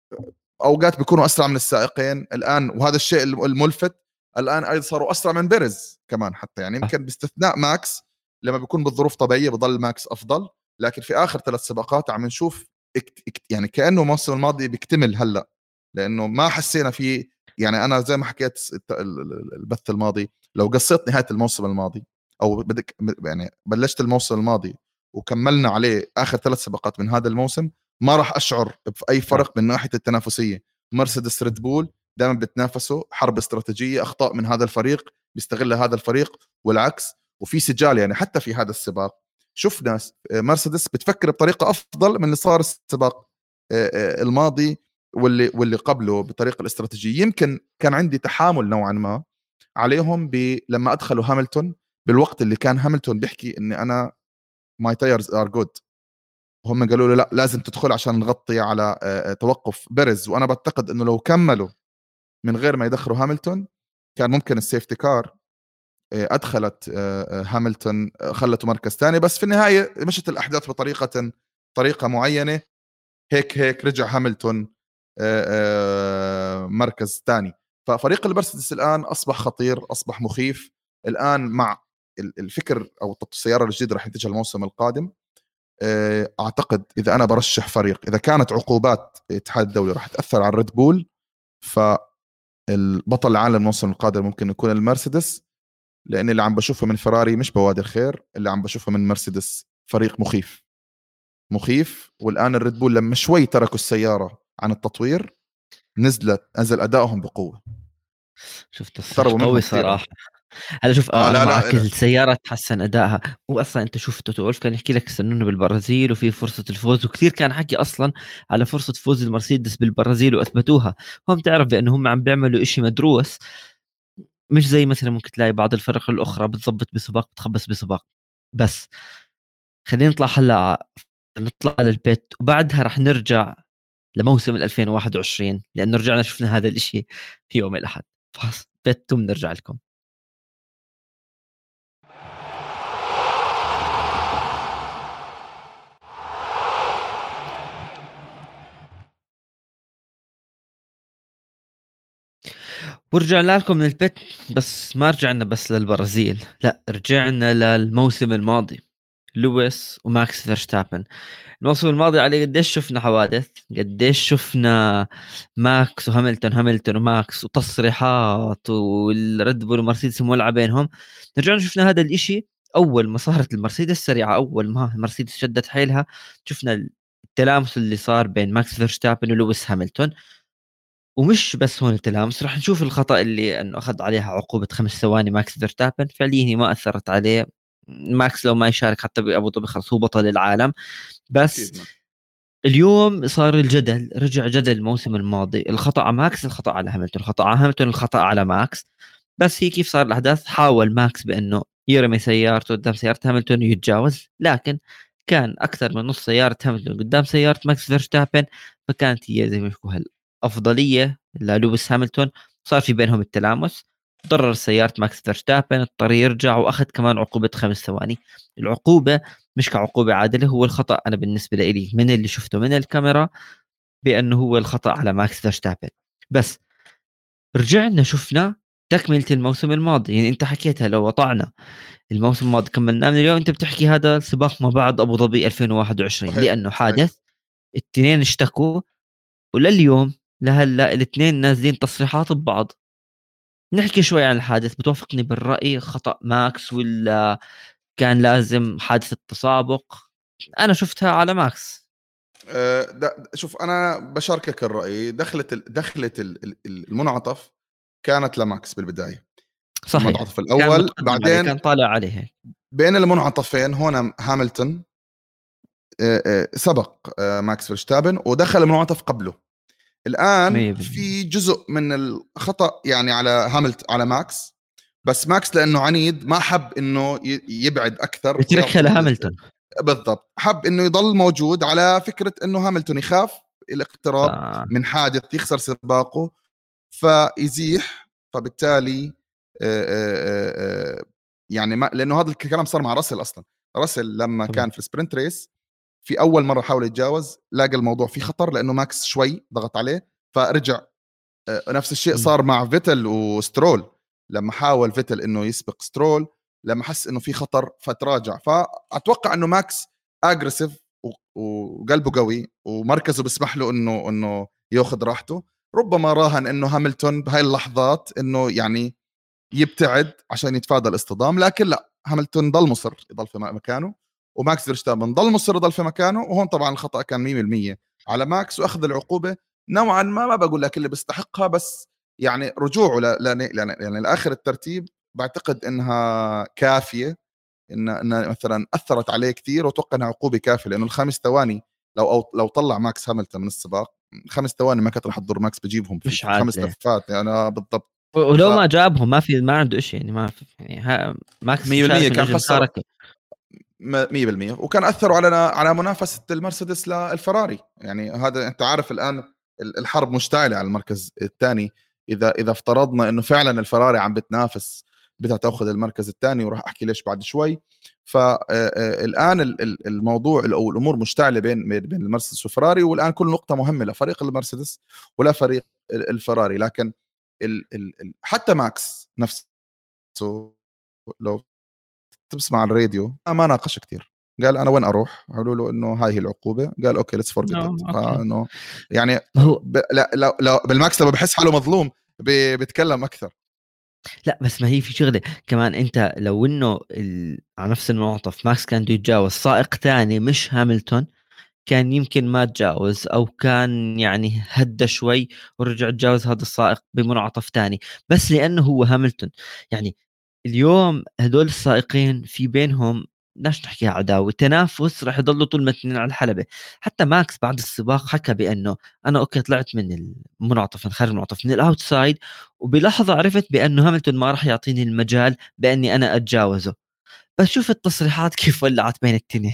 اوقات بيكونوا اسرع من السائقين الان. وهذا الشيء الملفت، الان ايضا صاروا اسرع من بيرز كمان حتى، يعني يمكن باستثناء ماكس لما بيكون بالظروف طبيعيه بضل ماكس افضل. لكن في اخر 3 سباقات عم نشوف يعني كانه الموسم الماضي بيكتمل هلا، لانه ما حسينا فيه. يعني انا زي ما حكيت البث الماضي، لو قصيت نهايه الموسم الماضي او بدك يعني بلشت الموسم الماضي وكملنا عليه اخر 3 سباقات من هذا الموسم، ما راح اشعر باي فرق من ناحيه التنافسيه. مرسيدس ريد بول دائما بتنافسوا حرب استراتيجيه، اخطاء من هذا الفريق بيستغلها هذا الفريق والعكس. وفي سجال يعني حتى في هذا السباق شفنا مرسيدس بتفكر بطريقه افضل من اللي صار السباق الماضي واللي قبله بطريقه الاستراتيجيه. يمكن كان عندي تحامل نوعا ما عليهم لما ادخلوا هاملتون، بالوقت اللي كان هاملتون بيحكي اني انا ماي تايرز ار جود، هم قالوا له لا لازم تدخل عشان نغطي على توقف بيرز. وانا بعتقد انه لو كملوا من غير ما يدخلوا هاملتون كان ممكن السيفتي كار ادخلت هاملتون خلته مركز ثاني. بس في النهايه مشت الاحداث طريقه معينه، هيك رجع هاملتون مركز ثاني. ففريق المرسيدس الان اصبح خطير، اصبح مخيف. الان مع الفكر او السياره الجديده راح ينتجها الموسم القادم، اعتقد اذا انا برشح فريق، اذا كانت عقوبات الاتحاد الدولي راح تاثر على الريد بول، فالبطل العالم الموسم القادم ممكن يكون المرسيدس. لان اللي عم بشوفه من فراري مش بوادر خير، اللي عم بشوفه من مرسيدس فريق مخيف. والان الريد بول لما شوي تركوا السياره عن التطوير نزل ادائهم بقوه. شفت قوي صراحه. هلا شوف انا معك، السياره تحسن ادائها. واصلا انت شوف توتو وولف كان يحكي لك سنونه بالبرازيل وفي فرصه الفوز، وكثير كان حكي اصلا على فرصه فوز المرسيدس بالبرازيل واثبتوها. هم تعرف بانه هم عم بيعملوا إشي مدروس، مش زي مثلا ممكن تلاقي بعض الفرق الاخرى بتضبط بسباق بتخبص بسباق. بس خلينا نطلع هلا، نطلع للبيت وبعدها رح نرجع لموسم 2021 لانه رجعنا شفنا هذا الإشي في يوم الاحد. بيت بنرجع لكم. ورجعنا لكم من البيت، بس ما رجعنا بس للبرازيل، لا رجعنا للموسم الماضي، لويس وماكس فيرستابن. الموسم الماضي عليه قديش شفنا حوادث، قديش شفنا ماكس وهاملتون وماكس وتصريحات والريد بول ومرسيدس مولعة بينهم. رجعنا شفنا هذا الاشي اول ما صارت المرسيدس سريعة، اول ما المرسيدس شدت حيلها شفنا التلامس اللي صار بين ماكس فيرستابن ولويس هاملتون. ومش بس هون التلامس، راح نشوف الخطأ اللي انه اخذ عليها عقوبة 5 ثواني ماكس فيرستابن، فعليا هي ما اثرت عليه ماكس لو ما يشارك حتى بأبو ظبي خلص هو بطل العالم. بس اكيد. اليوم صار الجدل، رجع جدل الموسم الماضي، الخطأ على ماكس، الخطأ على هاملتون، الخطأ على هاملتون، الخطأ على ماكس. بس هي كيف صار الأحداث، حاول ماكس بأنه يرمي سيارته قدام سيارة هاملتون ويتجاوز، لكن كان أكثر من نص سيارة هاملتون قدام سيارة ماكس فيرستابن، فكانت هي زي ما يحكوا الأفضلية للويس هاملتون. صار في بينهم التلامس، ضرر سيارة ماكس فيرستابن، اضطر يرجع وأخذ كمان عقوبة 5 ثواني. العقوبة مش كعقوبة عادلة، هو الخطأ أنا بالنسبة لي من اللي شفته من الكاميرا بأنه هو الخطأ على ماكس فيرستابن. بس رجعنا شفنا تكملة الموسم الماضي، يعني انت حكيتها لو وطعنا الموسم الماضي كملناه من اليوم، انت بتحكي هذا سباق ما بعد ابو ظبي 2021، صحيح لانه صحيح. حادث. الاثنين اشتكوا، ولليوم لهلا الاثنين نازلين تصريحات ببعض. نحكي شوي عن الحادث، بتوافقني بالرأي خطأ ماكس ولا كان لازم حادثة تسابق؟ انا شفتها على ماكس. شوف انا بشاركك الراي، المنعطف كانت لماكس بالبدايه، صحيح، المنعطف كان الاول، متقدم عليه، بعدين كان طالع عليه. بين المنعطفين هون هاملتون سبق ماكس فيرستابن ودخل المنعطف قبله. الان 100%. في جزء من الخطا يعني على على ماكس، بس ماكس لانه عنيد ما حب انه يبعد اكثر بتركها ويعطي لهاملتون. بالضبط، حب انه يضل موجود على فكره انه هاملتون يخاف ف الاقتراب من حادث يخسر سباقه فيزيح. فبالتالي يعني ما، لانه هذا الكلام صار مع راسل اصلا. راسل لما طبعا. كان في السبرنت ريس في اول مره حاول يتجاوز، لاقى الموضوع فيه خطر لانه ماكس شوي ضغط عليه فرجع. نفس الشيء مم. صار مع فيتل وسترول، لما حاول فيتل انه يسبق سترول لما حس انه في خطر فتراجع. فاتوقع انه ماكس اجريسيف وقلبه قوي ومركزه بيسمح له انه ياخذ راحته. ربما راهن انه هاملتون بهاي اللحظات انه يعني يبتعد عشان يتفادى الاصطدام، لكن لا، هاملتون ضل مصر يضل في مكانه، وماكس فيرستابن ضل مصر يضل في مكانه. وهون طبعا الخطا كان 100% على ماكس، واخذ العقوبه نوعا ما بقول لك اللي بيستحقها، بس يعني رجوعه يعني لاخر الترتيب بعتقد انها كافيه، إن مثلا اثرت عليه كثير، واتوقع انها عقوبه كافيه لانه ال5 ثواني لو طلع ماكس هاملتون من السباق 5 ثواني ما كانت رح تضر ماكس، بجيبهم في مش الخمس عادلة. لفات يعني بالضبط. ف ولو ما جابهم ما عنده شيء، يعني ما في يعني ماكس 100% مشارك من كان اجل خسر مشاركه. 100%، وكان اثروا على منافسه المرسيدس للفراري. يعني هذا انت عارف الان الحرب مشتعله على المركز الثاني. اذا افترضنا انه فعلا الفراري عم بتنافس بدها تاخذ المركز الثاني، وراح احكي ليش بعد شوي. فالان الموضوع او الامور مشتعله بين المرسيدس والفراري، والان كل نقطه مهمه لفريق المرسيدس ولا فريق الفراري. لكن حتى ماكس نفسه لو تسمع على الراديو ما ناقش كثير، قال انا وين اروح؟ قالوا له انه هاي هي العقوبه، قال اوكي ليتس فورجيت ات. اوكي. فانه يعني ما هو لا لو بالماكس لما بحس حاله مظلوم بيتكلم اكثر. لا، بس ما هي في شغله كمان، انت لو انه على نفس المنعطف ماكس كان بده يتجاوز سائق ثاني مش هاملتون، كان يمكن ما تجاوز، او كان يعني هدى شوي ورجع تجاوز هذا السائق بمنعطف ثاني. بس لانه هو هاملتون، يعني اليوم هدول السائقين في بينهم، بدناش نحكيها عداوه، تنافس رح يضلوا طول ما الاثنين على الحلبه. حتى ماكس بعد السباق حكى بانه انا اوكي طلعت من المنعطف، من خارج المنعطف، من الاوتسايد، وبلحظه عرفت بانه هاملتون ما راح يعطيني المجال باني انا اتجاوزه. بس شوف التصريحات كيف ولعت بين الاثنين.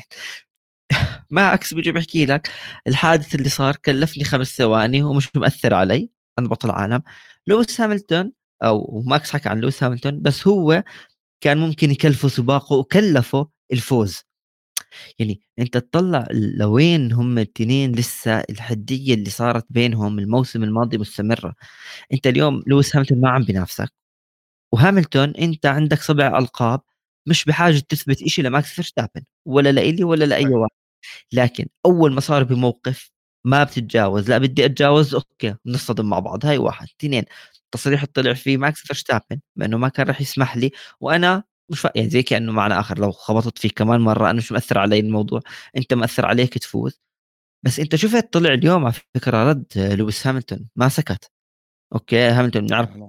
ماكس بيجي بحكي لك الحادث اللي صار كلفني 5 ثواني ومش مؤثر علي، انا بطل عالم. لويس هاملتون، او ماكس حكى عن لويس هاملتون، بس هو كان ممكن يكلفه سباقه وكلفه الفوز. يعني انت تطلع لوين هم التنين، لسه الحدية اللي صارت بينهم الموسم الماضي مستمرة. انت اليوم لويس هاملتون ما عم بينافسك، وهاملتون انت عندك 7 ألقاب، مش بحاجة تثبت إشي لماكس فيرستابن ولا لإلي ولا لأي صحيح. واحد. لكن اول ما صار بموقف ما بتتجاوز، لا بدي اتجاوز، اوكي بنصطدم مع بعض. هاي واحد. اثنين، تصريح طلع فيه ماكس فيرستابن بانه ما كان راح يسمح لي، وانا مش يعني زي كانه معنى اخر لو خبطت فيك كمان مره انا مش مأثر علي الموضوع، انت مأثر عليك تفوز. بس انت شفت طلع اليوم على فكره رد لويس هامilton ما سكت. اوكي هامilton بنعرف صحيح.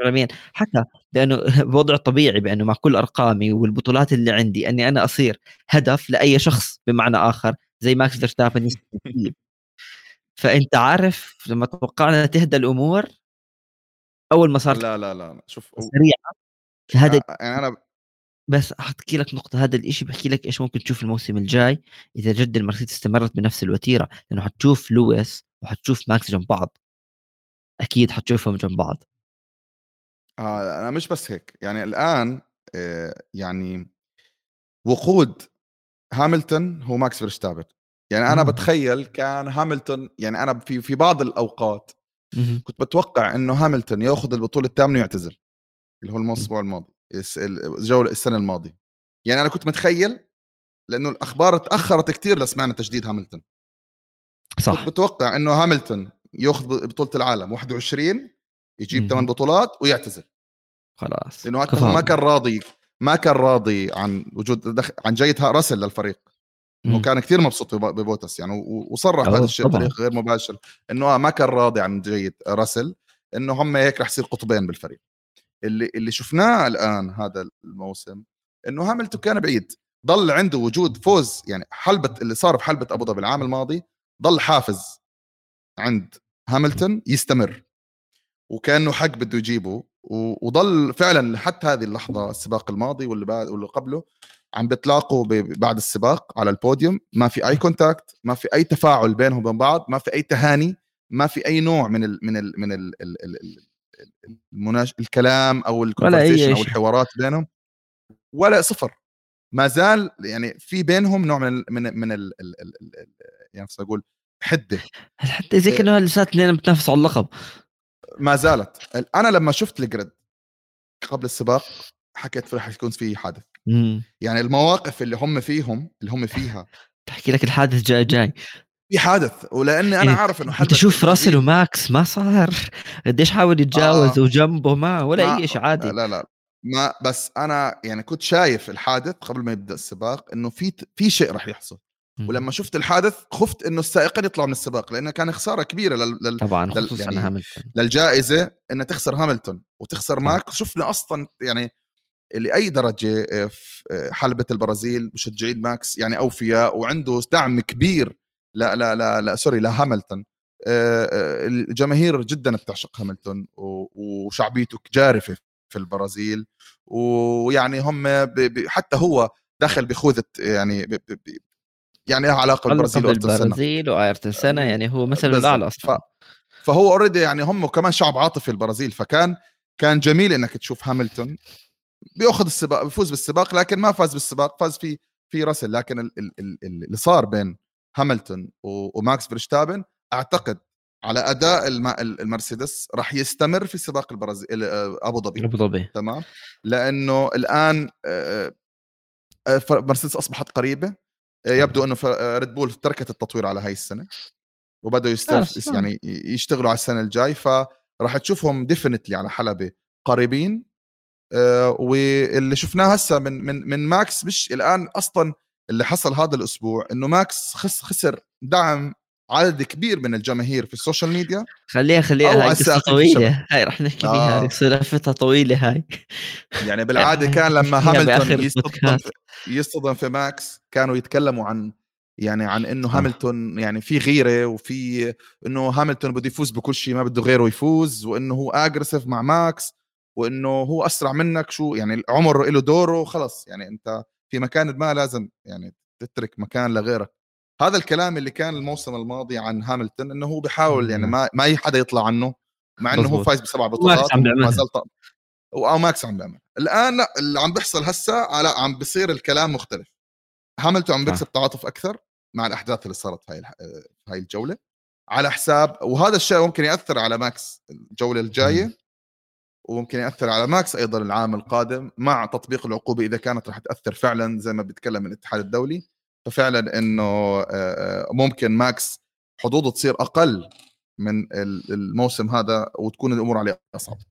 عالميا حتى لانه بوضع طبيعي بانه مع كل ارقامي والبطولات اللي عندي اني انا اصير هدف لاي شخص بمعنى اخر زي ماكس فيرستابن يستحيل. فانت عارف لما توقعنا تهدى الامور اول ما صارت لا لا لا شوف سريعه هذا. يعني انا بس احكي لك نقطه، هذا الاشي بحكي لك ايش ممكن تشوف الموسم الجاي اذا جد المرسيدس استمرت بنفس الوتيره، لانه حتشوف لويس وحتشوف ماكس جنب بعض، اكيد حتشوفهم جنب بعض. انا مش بس هيك يعني الان يعني وقود هاملتون هو ماكس فيرستابن. يعني انا بتخيل كان هاملتون، يعني انا في بعض الاوقات كنت بتوقع انه هاملتون ياخذ البطوله الثامنه ويعتزل، اللي هو الاسبوع الماضي الجوله السنه الماضيه. يعني انا كنت متخيل، لانه الاخبار تاخرت كتير لسمعنا تجديد هاملتون. كنت صح. بتوقع انه هاملتون ياخذ بطوله العالم 21، يجيب 8 بطولات ويعتزل، خلاص لانه حتى هو كفى. ما كان راضي عن وجود عن جيد راسل للفريق. انه كان كثير مبسوط ببوتس يعني، وصرح بهذا الشيء طبعا. بطريقه غير مباشر انه ما كان راضي عن جيد راسل، انه هم هيك رح يصير قطبين بالفريق. اللي شفناه الان هذا الموسم انه هاملتون كان بعيد، ضل عنده وجود فوز، يعني حلبة اللي صار بحلبة ابو ظبي العام الماضي ضل حافز عند هاملتون يستمر، وكانه حق بده يجيبه، وضل فعلا حتى هذه اللحظه السباق الماضي واللي بعد واللي قبله عم بتلاقوا بعد السباق على البوديوم، ما في اي كونتاكت، ما في اي تفاعل بينهم وبين بعض، ما في اي تهاني، ما في اي نوع من الكلام او ولا الكونفرسيشن اي او شيء. الحوارات بينهم، ولا صفر. ما زال يعني في بينهم نوع من يعني اقول حده. حتى زي كانه لسات اثنين بتنافسوا على اللقب. ما زالت. انا لما شفت الجريد قبل السباق حكيت رح يكون في حادث. يعني المواقف اللي هم فيها تحكي لك الحادث جاي. في حادث، ولاني انا يعني عارف انه انت حلبة شوف راسل البرازيل وماكس ما صار قديش حاول يتجاوز آه وجنبه ما ولا ما اي شيء عادي. لا لا ما بس انا يعني كنت شايف الحادث قبل ما يبدا السباق انه في شيء راح يحصل. ولما شفت الحادث خفت انه السائقين يطلعوا من السباق، لانه كان خساره كبيره طبعا خصوصا يعني هاملتون. للجائزه ان تخسر هاملتون وتخسر ماكس. شفنا اصلا يعني لأي درجة في حلبة البرازيل مشجعين ماكس يعني أوفياء، وعنده دعم كبير لا لا لا لا سوري لهاملتون. الجماهير جدا بتعشق هاملتون، وشعبيته جارفة في البرازيل. ويعني هم حتى هو دخل بخوذة يعني يعني لها علاقة بالبرازيل اللقب وأيرتون سنة. للبرازيل وايرتون سنه، يعني هو مثله الاعلى بالضبط. اصلا. فهو اوريدي يعني هم كمان شعب عاطفي البرازيل، كان جميل انك تشوف هاملتون بياخذ السباق، بيفوز بالسباق، لكن ما فاز بالسباق، فاز في راسل. لكن اللي صار بين هاملتون وماكس فيرستابن اعتقد على اداء المرسيدس راح يستمر في سباق البرازيل ابو ظبي. ابو ظبي. تمام. لانه الان مرسيدس اصبحت قريبه. يبدو انه ريد بول تركت التطوير على هاي السنه، وبدأوا خلص يعني يشتغلوا على السنه الجاي، فراح تشوفهم ديفينتلي على حلبة قريبين. واللي شفناه هسه من ماكس مش الان اصلا. اللي حصل هذا الاسبوع انه ماكس خسر دعم عدد كبير من الجماهير في السوشيال ميديا خليها او هاي على قصة السائقين في الشبكه. طويلة، هاي رح نحكي فيها، هاي اه سلفتها طويلة هاي. يعني بالعاده كان لما نحكيها هاملتون بآخر البودكاست. يصطدم في ماكس كانوا يتكلموا عن يعني عن انه صح. هاملتون يعني في غيره، وفي انه هاملتون بده يفوز بكل شيء، ما بده غيره يفوز، وانه هو اجريسيف مع ماكس، وانه هو اسرع منك، شو يعني العمر له دوره، خلص يعني انت في مكان ما لازم يعني تترك مكان لغيرك. هذا الكلام اللي كان الموسم الماضي عن هاملتون، انه هو بيحاول يعني ما حدا يطلع عنه، مع انه هو مظبوط. فايز ب7 وماكس بطولات عم وما بيعملها. زال او ماكس عم بيعمل. الان لا، اللي عم بيحصل هسه لا، عم بيصير الكلام مختلف. هاملتون عم صح. بيكسب تعاطف اكثر مع الاحداث اللي صارت هاي الجوله، على حساب، وهذا الشيء ممكن ياثر على ماكس الجوله الجايه، وممكن ياثر على ماكس ايضا العام القادم مع تطبيق العقوبه اذا كانت راح تاثر فعلا زي ما بيتكلم الاتحاد الدولي. ففعلا انه ممكن ماكس حظوظه تصير اقل من الموسم هذا، وتكون الامور عليه اصعب.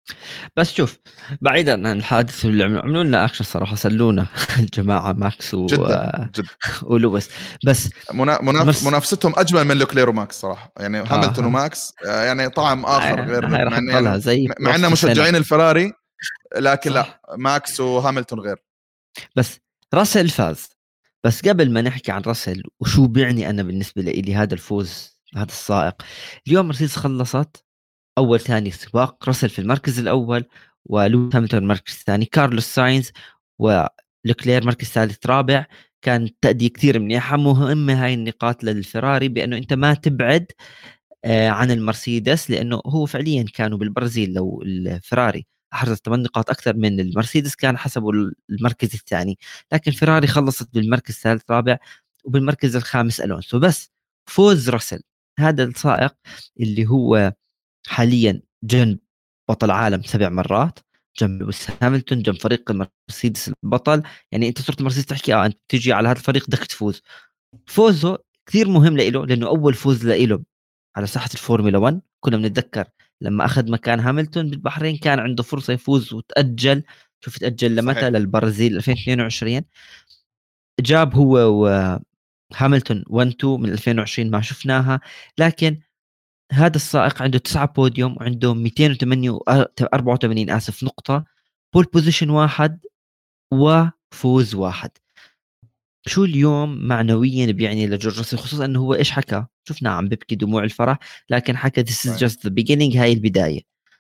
بس شوف، بعيدا عن الحادث اللي عملوا لنا اكشن صراحه، سلونا الجماعه ماكس جدا جدا. ولويس. بس مرس... منافستهم اجمل من لوكلير وماكس صراحه، يعني هاملتون اه وماكس يعني طعم اخر غير، هاي راح مع ان تضلها يعني زي مع ان بوست السنه. مشجعين الفراري، لكن لا، صح. ماكس وهاملتون غير. بس راسل فاز. بس قبل ما نحكي عن راسل وشو بيعني انا بالنسبه لي هذا الفوز هذا السائق، اليوم مرسيدس خلصت اول ثاني سباق، راسل في المركز الاول ولويس هامilton المركز الثاني، كارلوس ساينز ولوكلير مركز ثالث رابع. كان تأدية كثير منيحة. مهمة هاي النقاط للفراري بأنه أنت ما تبعد عن المرسيدس، لأنه هو فعليا كانوا بالبرازيل لو الفراري حرزت 8 نقاط أكثر من المرسيدس كان حسبوا المركز الثاني، لكن فراري خلصت بالمركز الثالث رابع وبالمركز الخامس ألونسو. بس فوز راسل هذا السائق اللي هو حاليا جنب بطل عالم 7 مرات، جنب لويس هامilton، جنب فريق المرسيدس البطل، يعني انت صرت المرسيدس تحكي انت تيجي على هذا الفريق بدك تفوز. فوزه كثير مهم له لانه اول فوز له على ساحه الفورمولا 1. كنا بنتذكر لما اخذ مكان هامilton بالبحرين كان عنده فرصه يفوز وتاجل. شوف تاجل لمتى؟ صحيح. للبرازيل 2022. جاب هو وهامilton 1 2 من 2020 ما شفناها. لكن هذا السائق عنده 9 بوديوم وعنده 284 آسف نقطة، بول بوزيشن واحد وفوز واحد. شو اليوم معنويا بيعني لجورج راسل، خصوصا انه هو ايش حكى؟ شفنا عم ببكي دموع الفرح، لكن حكى this is صحيح. just the beginning، هاي البداية.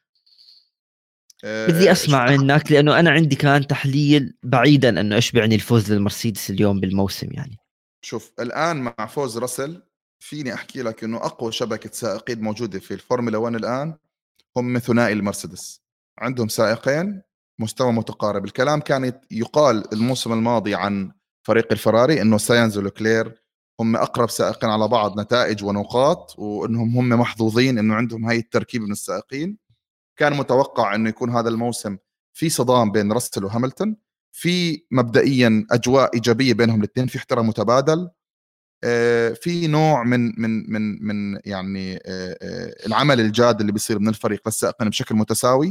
بدي شوف اسمع منك لانه انا عندي كان تحليل بعيدا انه ايش بيعني الفوز للمرسيدس اليوم بالموسم يعني. شوف الان مع فوز راسل فيني احكي لك انه اقوى شبكه سائقين موجوده في الفورمولا 1 الان هم ثنائي المرسيدس. عندهم سائقين مستوى متقارب. الكلام كان يقال الموسم الماضي عن فريق الفراري انه ساينز ولوكلير هم اقرب سائقين على بعض نتائج ونقاط، وانهم هم محظوظين انه عندهم هاي التركيب من السائقين. كان متوقع انه يكون هذا الموسم في صدام بين راسل وهاملتون، في مبدئيا اجواء ايجابيه بينهم الاثنين، في احترام متبادل، في نوع من يعني العمل الجاد اللي بيصير من الفريق للسائقين بشكل متساوي.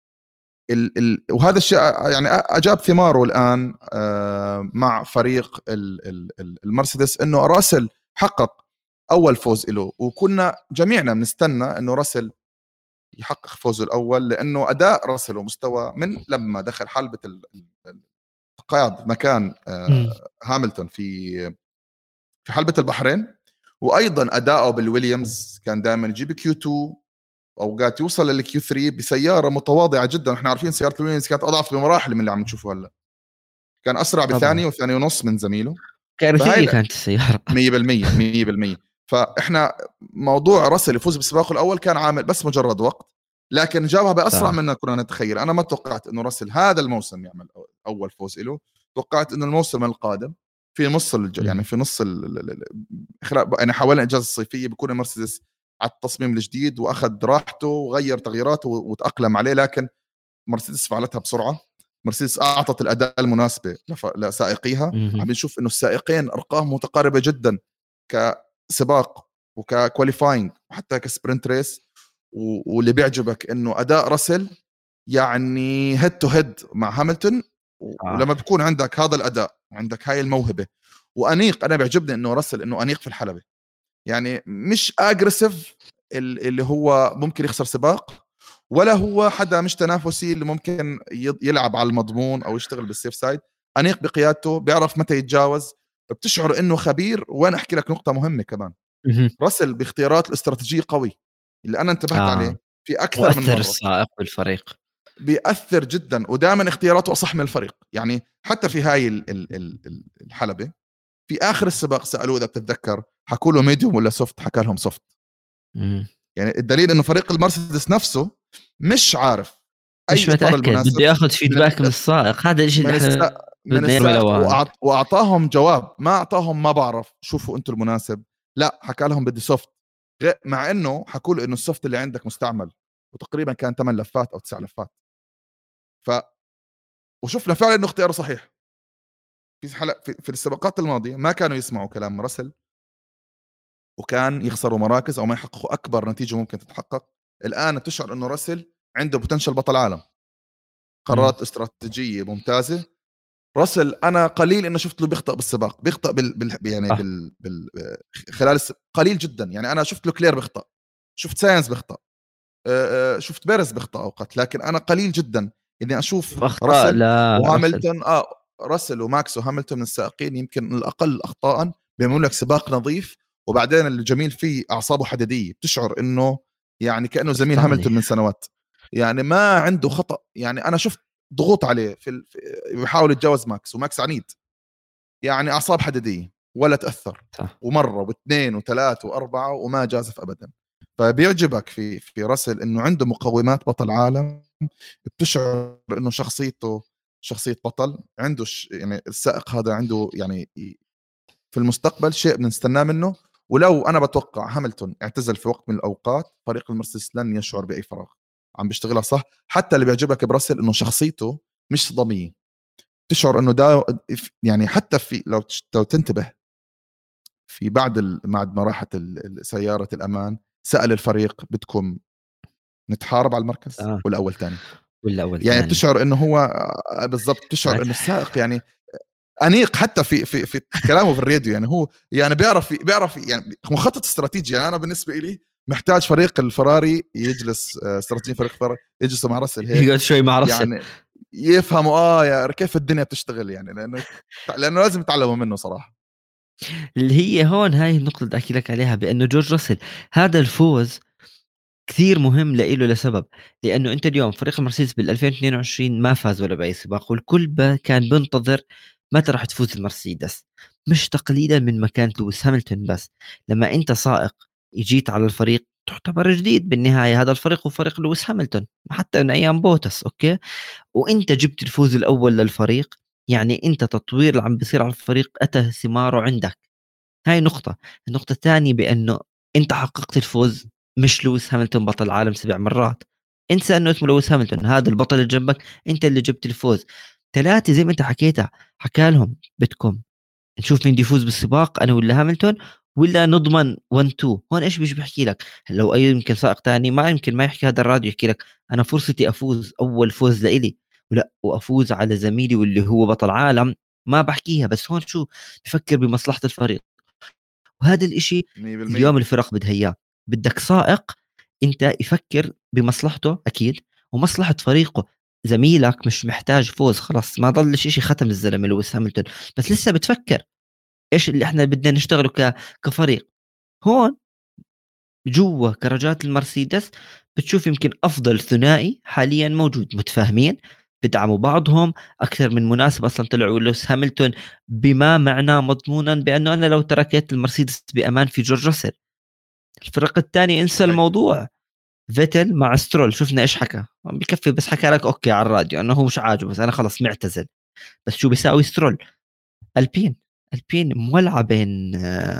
وهذا الشيء يعني اجاب ثماره الان مع فريق المرسيدس، انه راسل حقق اول فوز له، وكنا جميعنا بنستنى انه راسل يحقق فوزه الاول، لانه اداء راسل ومستوى من لما دخل حلبة القياد مكان هاملتون في حلبة البحرين، وايضا اداؤه بالويليامز كان دائما يجيب كيو 2، اوقات يوصل للكيو 3 بسياره متواضعه جدا. احنا عارفين سياره الويليامز كانت اضعف بمراحل من اللي عم نشوفه هلا، كان اسرع طبعا بثانيه وثانيه ونص من زميله. كارثية فهي كانت السيارة. 100% 100%. فاحنا موضوع راسل يفوز بالسباق الاول كان عامل بس مجرد وقت، لكن جابها باسرع صح. مما كنا نتخيل. انا ما توقعت انه راسل هذا الموسم يعمل اول فوز له. توقعت انه الموسم القادم في نص يعني في نص يعني حوالي الاجازه الصيفيه بيكون المرسيدس على التصميم الجديد، واخذ راحته وغير تغييراته وتاقلم عليه. لكن مرسيدس فعلتها بسرعه. مرسيدس اعطت الاداء المناسبه لسائقيها. عم نشوف انه السائقين ارقام متقاربه جدا كسباق وككواليفاينج وحتى كسبرنت ريس. واللي بيعجبك انه اداء راسل يعني هيد تو هيد مع هاملتون. ولما بيكون عندك هذا الاداء، عندك هاي الموهبه وانيق، انا بيعجبني انه راسل انه انيق في الحلبه، يعني مش اجريسيف اللي هو ممكن يخسر سباق، ولا هو حدا مش تنافسي اللي ممكن يلعب على المضمون او يشتغل بالسيف سايد. انيق بقيادته، بيعرف متى يتجاوز، بتشعر انه خبير. وانا احكي لك نقطه مهمه كمان، راسل باختيارات الاستراتيجيه قوي، اللي انا انتبهت عليه في اكثر من مؤثر مره. السائق بالفريق. بيأثر جدا، ودائما اختياراته اصح من الفريق. يعني حتى في هاي الحلبه في اخر السباق سالوه اذا بتتذكر، حكوا له ميديوم ولا سوفت، حكى لهم سوفت. يعني الدليل انه فريق المرسيدس نفسه مش عارف مش اي اطار متأكد، المناسب بده ياخذ من فيدباك من السائق. هذا الشيء اللي من احنا من بدنا اياه السائق، ملوان. واعطاهم جواب. ما اعطاهم ما بعرف شوفوا انتم المناسب، لا، حكى لهم بدي سوفت. مع انه حكوا له انه السوفت اللي عندك مستعمل، وتقريبا كان 8 لفات او 9 لفات. ف وشفنا فعلا انه اختياره صحيح. في السباقات الماضيه ما كانوا يسمعوا كلام راسل، وكان يخسروا مراكز او ما يحققوا اكبر نتيجه ممكن تتحقق. الان تشعر انه راسل عنده بوتنشل بطل عالم، قرارات استراتيجيه ممتازه. راسل انا قليل انه شفت له بيخطئ بالسباق، بيخطئ يعني صح. خلال قليل جدا. يعني انا شفت له كلير بيخطئ، شفت ساينس بيخطئ، شفت بيرز بيخطئ اوقات، لكن انا قليل جدا اني اشوف اخطاء راسل لراسل. وهاملتون. راسل وماكس وهاملتون من السائقين يمكن الاقل اخطاء، بيعملوا لك سباق نظيف. وبعدين الجميل فيه اعصابه حديديه، بتشعر انه يعني كانه زميل اسباني. هاملتون من سنوات، يعني ما عنده خطا. يعني انا شفت ضغوط عليه بيحاول يتجاوز ماكس، وماكس عنيد، يعني اعصاب حديديه ولا تاثر، صح. ومره واثنين وثلاث واربعه وما جازف ابدا. فبيعجبك في راسل انه عنده مقومات بطل عالم، بتشعر انه شخصيته شخصيه بطل. عنده يعني السائق هذا عنده يعني في المستقبل شيء بنستناه منه. ولو انا بتوقع هاملتون اعتزل في وقت من الاوقات، فريق المرسيدس لن يشعر باي فراغ، عم بيشتغلها صح. حتى اللي بيعجبك براسل انه شخصيته مش صداميه، تشعر انه ده يعني حتى في لو تنتبه في بعد ما راحت سيارة الأمان، سأل الفريق بدكم نتحارب على المركز آه. ولا أول تاني؟ ولا اول يعني ثاني. بتشعر إنه هو بالضبط، بتشعر إنه السائق يعني أنيق حتى في كلامه في الراديو. يعني هو يعني بيعرف يعني مخطط استراتيجي. يعني أنا بالنسبة إلي محتاج فريق الفراري يجلس استراتيجي فريق الفراري يجلسوا مع راسل هيك، يقعد شوي مع راسل. يعني يفهموا يا كيف الدنيا بتشتغل، يعني لأنه لازم يتعلموا منه صراحة. اللي هي هون هاي النقطة اللي أحكي لك عليها، بأنه جورج راسل هذا الفوز كثير مهم لإله لسبب. لأنه أنت اليوم فريق المرسيدس بال 2022 ما فاز ولا بأي سباق، والكل كان بينتظر متى راح تفوز المرسيدس، مش تقليلا من مكان لويس هامilton. بس لما أنت سائق جيت على الفريق تعتبر جديد بالنهاية، هذا الفريق هو فريق لويس هامilton حتى من أيام بوتس، أوكي، وأنت جبت الفوز الأول للفريق، يعني أنت تطوير اللي عم بيصير على الفريق أتى ثماره عندك. هاي نقطة. النقطة الثانية بأنه أنت حققت الفوز، مش لويس هامilton بطل عالم 7 مرات. انسى أنه اسمه لويس هامilton، هذا البطل اللي جنبك أنت اللي جبت الفوز. ثلاثة زي ما أنت حكيتها، حكى لهم بدكم نشوف مين بده يفوز بالسباق، أنا ولا هامilton، ولا نضمن 1 2. هون ايش بيحكي لك؟ لو اي يمكن سائق تاني ما يمكن ما يحكي هذا الراديو، يحكي لك انا فرصتي افوز اول فوز لإلي، ولا وافوز على زميلي واللي هو بطل عالم. ما بحكيها، بس هون شو بفكر بمصلحة الفريق. وهذا الاشي 100%. اليوم الفرق بدها اياه. بدك سائق انت يفكر بمصلحته اكيد ومصلحة فريقه. زميلك مش محتاج فوز، خلاص ما ضلش اشي، ختم الزلمه لويس هامilton، بس لسه بتفكر ايش اللي احنا بدنا نشتغله كفريق. هون جوا كرجات المرسيدس بتشوف يمكن افضل ثنائي حاليا موجود، متفاهمين، بدعموا بعضهم اكثر من مناسب. اصلا طلعوا لويس هامilton بما معناه مضمونا بانه انا لو تركت المرسيدس بامان في جورج راسل. الفرق الثاني انسى صحيح. الموضوع. فيتل مع سترول شفنا ايش حكى، بكفي بس حكى لك اوكي على الراديو انه هو مش عاجبه، بس انا خلص معتزل. بس شو بيساوي سترول؟ البين، البين مولعه بين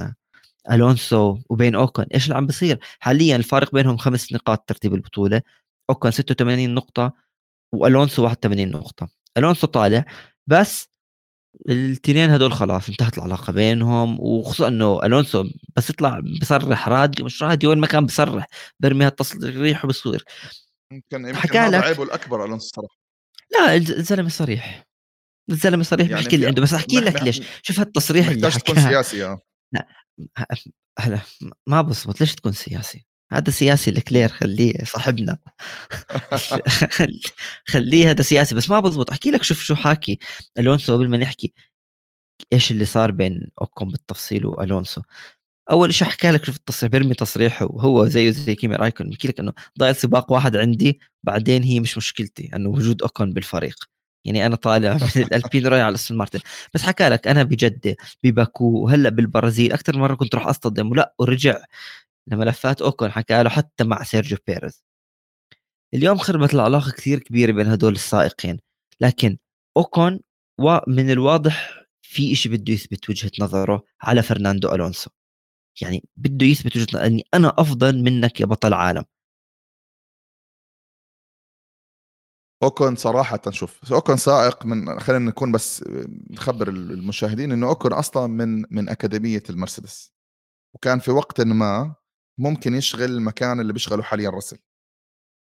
الونسو وبين اوكون. ايش اللي عم بيصير حاليا؟ الفارق بينهم 5 نقاط ترتيب البطوله، اوكون 86 نقطه والونسو 81 نقطه. الونسو طالع، بس الاثنين هدول خلاص انتهت العلاقه بينهم. وخصوصا انه الونسو بس يطلع بصرح راديو مش راديو، وين ما كان بصرح برمي هالتصريح وبصير. يمكن حكى هذا لك عيبه الاكبر الونسو الصراحه. لا، الزلمه صريح، الزلمه صريح يعني بيحكي اللي في عنده. بس احكي لك ليش، شوف هالتصريح اللي محتاج تكون حكاه. سياسي لا، هلا ما بصمت، ليش تكون سياسي؟ هذا سياسي لكلير، خليه صاحبنا. خل- خليه هذا سياسي، بس ما بزبط. احكي لك شوف شو حاكي الونسو قبل ما نحكي ايش اللي صار بين اوكون بالتفصيل والونسو. اول شيء حكى لك شوف التصريح، بيرمي تصريح وهو زيه زي كيمي رايكون، بحكي لك انه ضايل سباق واحد عندي، بعدين هي مش مشكلتي انه وجود اوكون بالفريق. يعني انا طالع من الالبين رايح على استون مارتن. بس حكى لك انا بجده بباكو وهلا بالبرازيل اكثر مره كنت راح اصطدم، ولا ورجع لملفات اوكون حكى له حتى مع سيرجيو بيريز. اليوم خربت العلاقه كثير كبيره بين هدول السائقين، لكن اوكون ومن الواضح في إشي بده يثبت وجهة نظره على فرناندو ألونسو. يعني بده يثبت وجهة نظره اني انا افضل منك يا بطل عالم. اوكون صراحه، شوف اوكون سائق من، خلينا نكون بس نخبر المشاهدين انه اوكون اصلا من اكاديميه المرسيدس، وكان في وقت ما ممكن يشغل المكان اللي بيشغله حاليا راسل.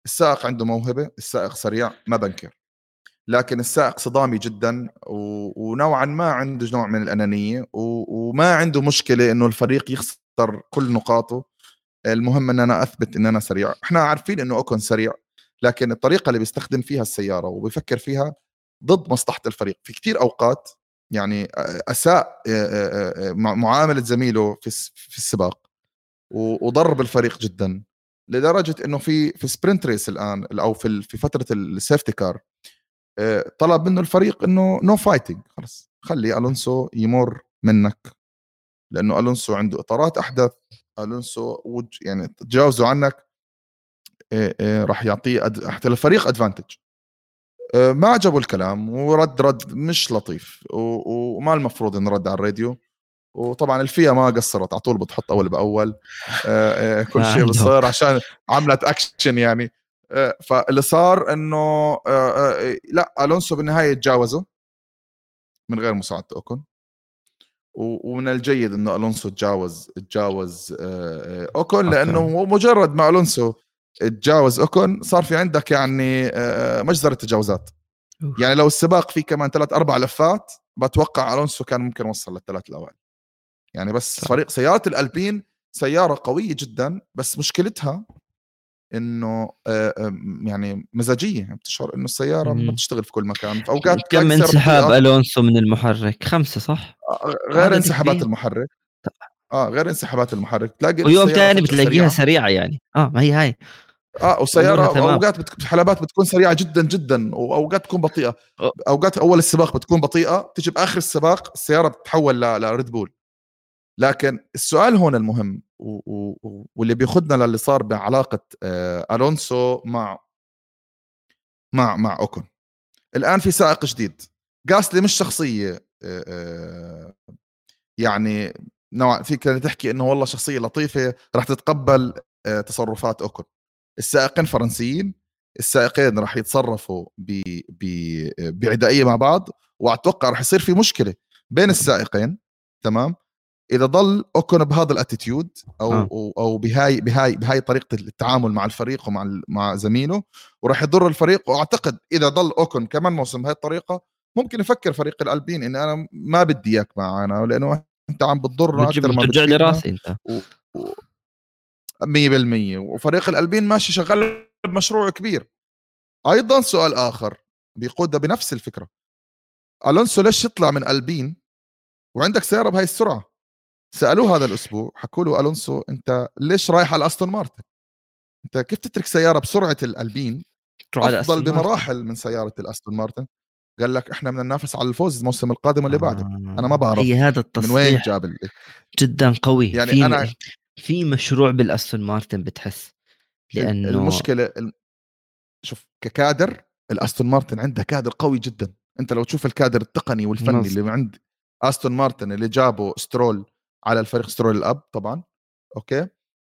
السائق عنده موهبة، السائق سريع ما بنكر، لكن السائق صدامي جدا ونوعا ما عنده نوع من الأنانية وما عنده مشكلة إنه الفريق يخسر كل نقاطه. المهم إن أنا أثبت إن أنا سريع. إحنا عارفين إنه أوكون سريع، لكن الطريقة اللي بيستخدم فيها السيارة وبيفكر فيها ضد مصلحة الفريق. في كتير أوقات يعني أساء معاملة زميله في السباق وضرب الفريق جدا، لدرجة إنه في سبرنت ريس الآن أو في فترة السيفتي كار طلب منه الفريق إنه نو فايتنج، خلص خلي ألونسو يمر منك، لأنه ألونسو عنده إطارات أحدث. ألونسو يعني تجاوزوا عنك راح يعطيه حتى الفريق أدفانتج. ما عجبوا الكلام ورد مش لطيف وما المفروض نرد على الراديو. وطبعا الفيا ما قصرت، على طول بتحط اول باول كل شيء بصير عشان عملت اكشن يعني. فاللي صار انه لا الونسو بالنهايه تجاوزه من غير مساعده اوكون. ومن الجيد انه الونسو تجاوز اوكون، لانه مجرد ما الونسو تجاوز اوكون صار في عندك يعني مجزرة تجاوزات. يعني لو السباق فيه كمان 3-4 لفات بتوقع الونسو كان ممكن يوصل للثلاث الاوائل يعني. بس فريق سيارة الألبين سيارة قوية جدا، بس مشكلتها انه يعني مزاجية، بتشعر انه السيارة ما بتشتغل في كل مكان. في اوقات كم انسحاب الونسو من المحرك؟ 5 صح؟ غير انسحابات المحرك. غير انسحابات المحرك تلاقي ويوم تاني بتلاقيها سريعة يعني. ما هي هاي وسيارة اوقات حلبات بتكون سريعة جدا جدا، واوقات تكون بطيئة. اوقات اول السباق بتكون بطيئة، تيجي باخر السباق السيارة بتتحول لريد بول. لكن السؤال هون المهم واللي بياخدنا للي صار بعلاقة ألونسو مع أوكون. الآن في سائق جديد، غاسلي مش شخصية يعني نوع فيك تحكي إنه والله شخصية لطيفة راح تتقبل تصرفات أوكون. السائقين فرنسيين، السائقين راح يتصرفوا بعدائية مع بعض، وأتوقع راح يصير في مشكلة بين السائقين. تمام، اذا ضل اوكون بهذا الاتيتيود او بهاي طريقه التعامل مع الفريق مع زميله، وراح يضر الفريق. واعتقد اذا ضل اوكون كمان موسم بهاي الطريقه ممكن يفكر فريق الالبين ان انا ما بدي اياك معنا، لانه انت عم بتضرنا اكثر ما بترجع لي راسي انت 100%. وفريق الالبين ماشي شغال بمشروع كبير. ايضا سؤال اخر بيقود بنفس الفكره، الونسو ليش يطلع من البين وعندك سياره بهاي السرعه؟ سألوه هذا الأسبوع، حكوا له ألونسو أنت ليش رايح على أستون مارتن؟ أنت كيف تترك سيارة بسرعة الألبين أفضل بمراحل من سيارة الأستون مارتن؟ قال لك إحنا بدنا ننافس على الفوز الموسم القادم واللي بعده. أنا ما بعرف هذا التصريح من وين جاب جدا قوي يعني. في مشروع بالأستون مارتن بتحس، لأنه المشكلة شوف ككادر الأستون مارتن عنده كادر قوي جدا. أنت لو تشوف الكادر التقني والفني اللي عند أستون مارتن اللي جابوا سترول على الفريق، سترول الأب طبعا أوكي،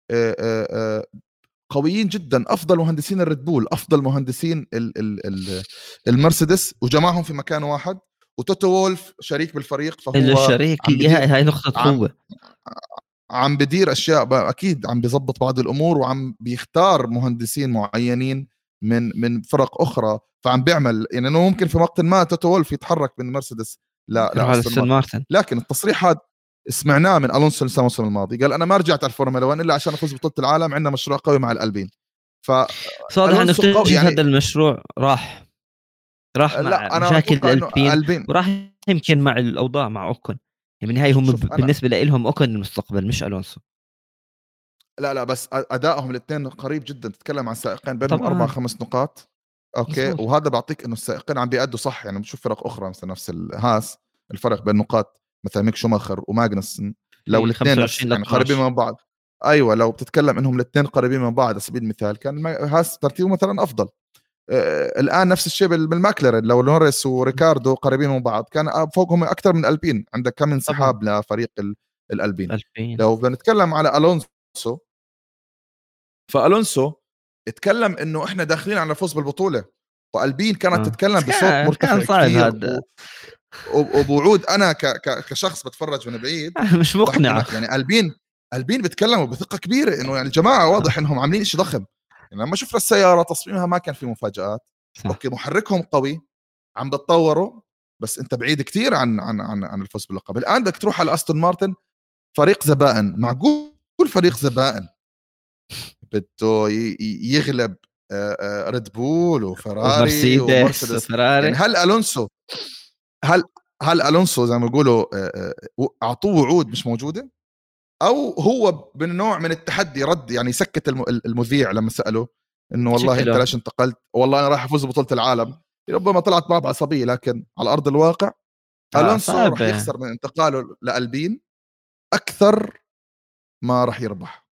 قويين جدا، افضل مهندسين الريد بول، افضل مهندسين المرسيدس، وجمعهم في مكان واحد. وتوتو وولف شريك بالفريق، فهو الشريك هاي نقطة قوة، عم بدير اشياء اكيد، عم بيزبط بعض الامور وعم بيختار مهندسين معينين من فرق اخرى، فعم بيعمل يعني انه ممكن في وقت ما توتو وولف يتحرك من مرسيدس لأستون مارتن. لكن التصريح هذا سمعناه من ألونسو الموسم الماضي، قال أنا ما رجعت على الفورمولا 1 إلا عشان أفوز بطولة العالم، عندنا مشروع قوي مع الألبين. صادق أنه اكتشف يعني هذا المشروع راح مع مشاكل الألبين وراح يمكن مع الأوضاع مع أوكون. يعني بالنهاية هم بالنسبة لهم أوكون المستقبل مش ألونسو. لا بس أدائهم الاثنين قريب جدا، تتكلم عن سائقين بينهم 4-5 نقاط أوكي مزبوط. وهذا بعطيك إنه السائقين عم بيأدوا صح. يعني بتشوف فرق أخرى مثل نفس الهاس الفرق بين نقاط مثلا ميك شوماخر وماغنسن، لو الاثنين يعني قريبين من بعض. ايوه لو بتتكلم انهم الاثنين قريبين من بعض على سبيل المثال كان هاس ترتيبه مثلا افضل. الان نفس الشيء بالماكلارين، لو نوريس وريكاردو قريبين من بعض كان فوقهم اكثر من البين. عندك كم انسحاب لفريق الالبين. لو بنتكلم على الونسو، فالونسو اتكلم انه احنا داخلين على الفوز بالبطوله، والبين كانت تتكلم بصوت مرتفع كثير وبوعود. انا كشخص بتفرج من بعيد مش مقنعه يعني البين بيتكلموا بثقه كبيره انه يعني الجماعه واضح انهم عاملين شيء ضخم. يعني لما شفنا السياره تصميمها ما كان في مفاجات. صح. اوكي محركهم قوي، عم بتطوروا، بس انت بعيد كتير عن الفوز باللقب. الان بدك تروح على استون مارتن، فريق زبائن. معقول فريق زبائن بده يغلب ريد بول وفراري ومرسيدس ومرسيدس؟ يعني وفراري. هل هل الونسو زي ما بيقولوا اعطوه وعود مش موجوده، او هو من نوع من التحدي رد؟ يعني سكت المذيع لما ساله انه والله انت شكله ليش انتقلت، والله انا راح افوز ببطوله العالم. ربما طلعت بعض عصبيه، لكن على ارض الواقع الونسو صعب. راح يخسر من انتقاله لألبين اكثر ما راح يربح.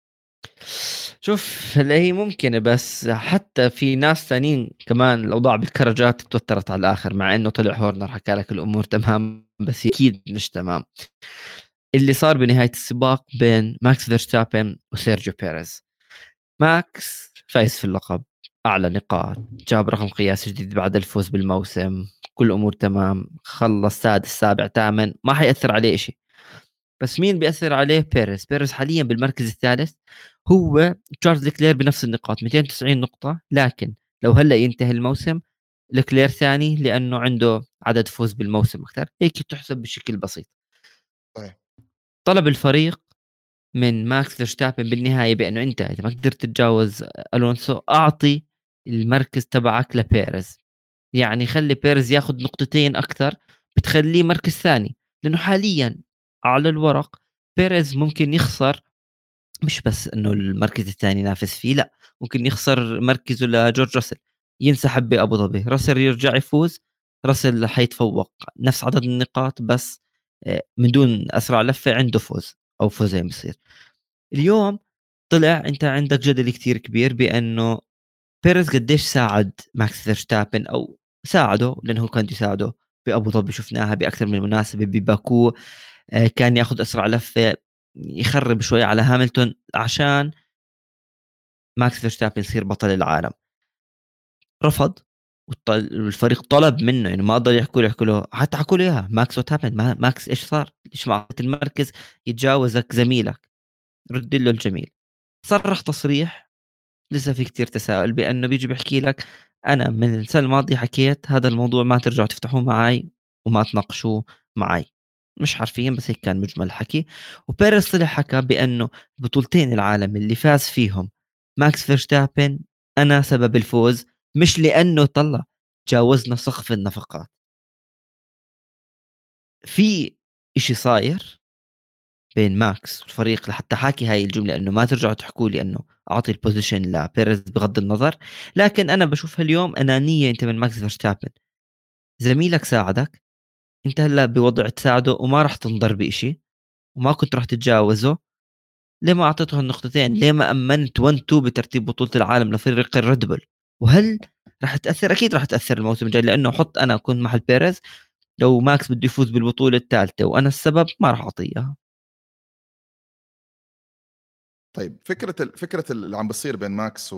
شوف اللي هي ممكنة، بس حتى في ناس ثانيين كمان الأوضاع بالكرجات توترت على الآخر، مع إنه طلع هورنر حكى لك الأمور تمام، بس هي أكيد مش تمام. اللي صار بنهاية السباق بين ماكس فيرستابن وسيرجيو بيريز، ماكس فايز في اللقب، أعلى نقاط، جاب رقم قياسي جديد بعد الفوز بالموسم، كل أمور تمام، خلص سادس سابع ثامن، ما حيأثر عليه إشي. بس مين بيأثر عليه؟ بيريز حاليا بالمركز الثالث، هو تشارلز لكلير بنفس النقاط 290 نقطة، لكن لو هلا ينتهي الموسم لكلير ثاني لأنه عنده عدد فوز بالموسم أكثر، هيك تحسب بشكل بسيط. طيب. طلب الفريق من ماكس فيرستابن بالنهاية بأنه أنت إذا ما قدرت تتجاوز ألونسو أعطي المركز تبعك لبيريز، يعني خلي بيريز ياخذ نقطتين أكثر، بتخليه مركز ثاني، لأنه حاليا على الورق بيريز ممكن يخسر، مش بس انه المركز الثاني ينافس فيه، لا ممكن يخسر مركزه لجورج راسل، ينسحب بأبو ظبي، راسل يرجع يفوز، راسل حيتفوق نفس عدد النقاط، بس من دون أسرع لفة عنده فوز أو فوزين بصير. اليوم طلع أنت عندك جدل كتير كبير بأنه بيريز قديش ساعد ماكس فيرستابن، أو ساعده لأنه كان يساعده بأبو ظبي، شفناها بأكثر من مناسبة، بباكو كان ياخذ أسرع لفة، يخرب شوي على هاملتون عشان ماكس فيرستابن يصير بطل العالم. رفض، والفريق طلب منه، يعني ما قدر يحكوا له، حتى حكوا له اياها ماكس وات هابند، ماكس ايش صار، ليش ما اعطيت المركز يتجاوزك زميلك، رد له الجميل. صرح تصريح لسه في كتير تساؤل، بانه بيجي بيحكي لك انا من السنه الماضيه حكيت هذا الموضوع ما ترجعوا تفتحوه معي وما تناقشوه معي، مش حرفيا بس هيك كان مجمل الحكي. وبيريز طلع حكى بانه بطولتين العالم اللي فاز فيهم ماكس فيرستابن انا سبب الفوز، مش لانه طلع جاوزنا سقف النفقات. في اشي صاير بين ماكس والفريق لحتى حاكي هاي الجملة انه ما ترجعوا تحكوا لي انه اعطي البوزيشن لبيريز بغض النظر، لكن انا بشوفها اليوم انانية انت من ماكس فيرستابن، زميلك ساعدك، انت هلا بوضع تساعده وما راح تنضر بإشي وما كنت راح تتجاوزه، ليه ما اعطيته النقطتين؟ ليه ما امنت 1 2 بترتيب بطولة العالم لفريق الريد بول؟ وهل راح تاثر؟ اكيد راح تاثر الموسم الجاي، لانه حط انا كنت محل بيريز، لو ماكس بده يفوز بالبطولة الثالثة وانا السبب ما راح اعطيه اياها. طيب فكره اللي عم بصير بين ماكس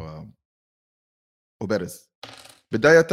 وبيريز بدايه،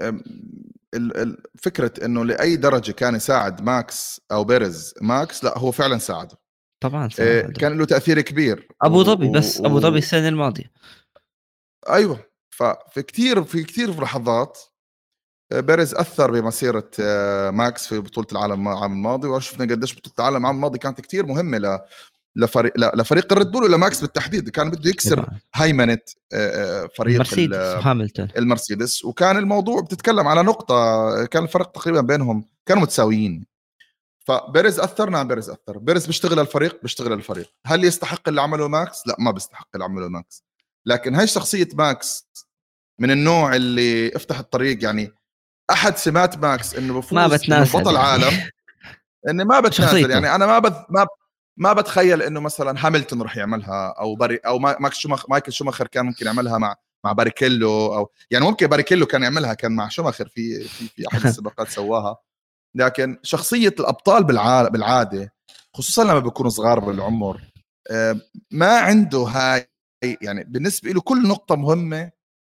فكره انه لاي درجه كان يساعد ماكس او بيريز ماكس، لا هو فعلا ساعده. طبعا ساعده. كان له تاثير كبير ابو ظبي، بس ابو ظبي السنة الماضية. ايوه. في كثير لحظات بيريز اثر بمسيره ماكس في بطوله العالم العام الماضي، وشفنا قديش بطوله العالم العام الماضي كانت كثير مهمه لفريق الريد بول ولماكس بالتحديد. كان بده يكسر طبعا هيمنه فريق المرسيدس وهاملتون. المرسيدس، وكان الموضوع بتتكلم على نقطه، كان الفرق تقريبا بينهم كانوا متساويين. فبيريز اثر، نعم بيريز اثر. بيريز بيشتغل الفريق. هل يستحق اللي عمله ماكس؟ لا، ما بيستحق اللي عمله ماكس. لكن هاي شخصيه ماكس من النوع اللي افتح الطريق. يعني احد سمات ماكس انه ما بفوز انه بتناسل بطل يعني. عالم، اني ما بتنازل. شخصيته. يعني انا ما بتخيل انه مثلا هاملتون رح يعملها، او او مايكل شوماخر كان ممكن يعملها مع باريكيلو، او يعني ممكن باريكيلو كان يعملها، كان مع شوماخر في احد السباقات سواها. لكن شخصيه الابطال بالعاده، خصوصا لما بيكونوا صغار بالعمر، ما عنده هاي. يعني بالنسبه له كل نقطه مهمه،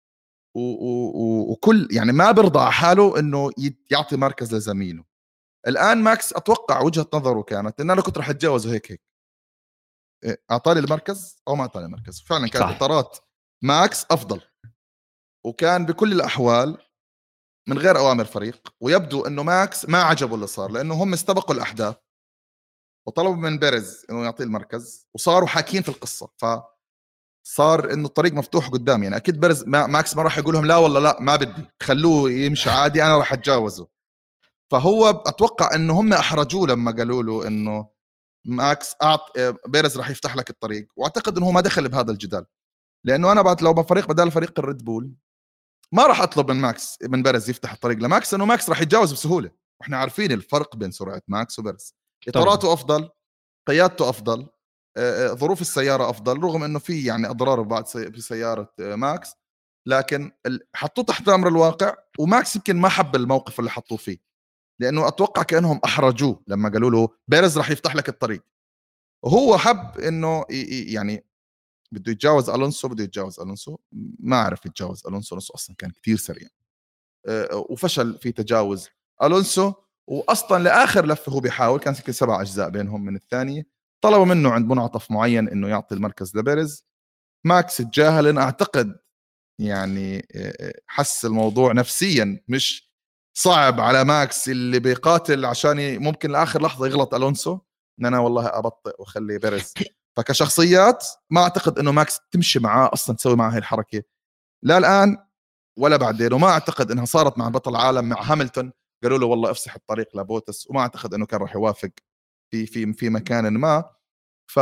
وكل يعني ما برضى على حاله انه يعطي مركز لزميله. الان ماكس اتوقع وجهه نظره كانت ان انا كنت راح اتجاوزه هيك. اعطاني المركز او ما اعطاني المركز، فعلا كانت صح. اطارات ماكس افضل، وكان بكل الاحوال من غير اوامر فريق. ويبدو انه ماكس ما عجبه اللي صار، لانه هم استبقوا الاحداث وطلبوا من بيريز انه يعطيه المركز، وصاروا حاكين في القصه، فصار انه الطريق مفتوح قدام. يعني اكيد بيريز ماكس ما راح يقول لهم لا والله لا ما بدي، خلوه يمشي عادي انا راح اتجاوزه. فهو اتوقع انه هم احرجوه لما قالوا له انه ماكس بيريز راح يفتح لك الطريق، واعتقد انه هو ما دخل بهذا الجدال. لانه انا بعد لو بفريق بدال فريق الريد بول ما راح اطلب من بيريز يفتح الطريق لماكس، انه ماكس راح يتجاوز بسهوله. احنا عارفين الفرق بين سرعه ماكس وبيريز، طبعا. اطاراته افضل، قيادته افضل، ظروف السياره افضل، رغم انه في يعني اضرار بعد بسياره ماكس، لكن حطوه تحت امر الواقع. وماكس يمكن ما حب الموقف اللي حطوه فيه، لانه اتوقع كانهم احرجوه لما قالوا له بيريز راح يفتح لك الطريق، وهو حب انه يعني بده يتجاوز الونسو، ما عرف يتجاوز الونسو اصلا كان كتير سريع، وفشل في تجاوز الونسو. واصلا لاخر لفه هو بيحاول، كان 7 اجزاء بينهم من الثانيه، طلبوا منه عند منعطف معين انه يعطي المركز لبيريز. ماكس تجاهل، لأن اعتقد يعني حس الموضوع نفسيا مش صعب على ماكس اللي بيقاتل عشان ممكن لاخر لحظه يغلط الونسو، ان انا والله ابطئ واخلي بيريز. فكشخصيات ما اعتقد انه ماكس تمشي معاه اصلا، تسوي معاه هاي الحركه لا الان ولا بعدين. وما اعتقد انها صارت مع بطل عالم مع هاملتون، قالوا له والله افسح الطريق لبوتس، وما اعتقد انه كان راح يوافق في مكان ما. ف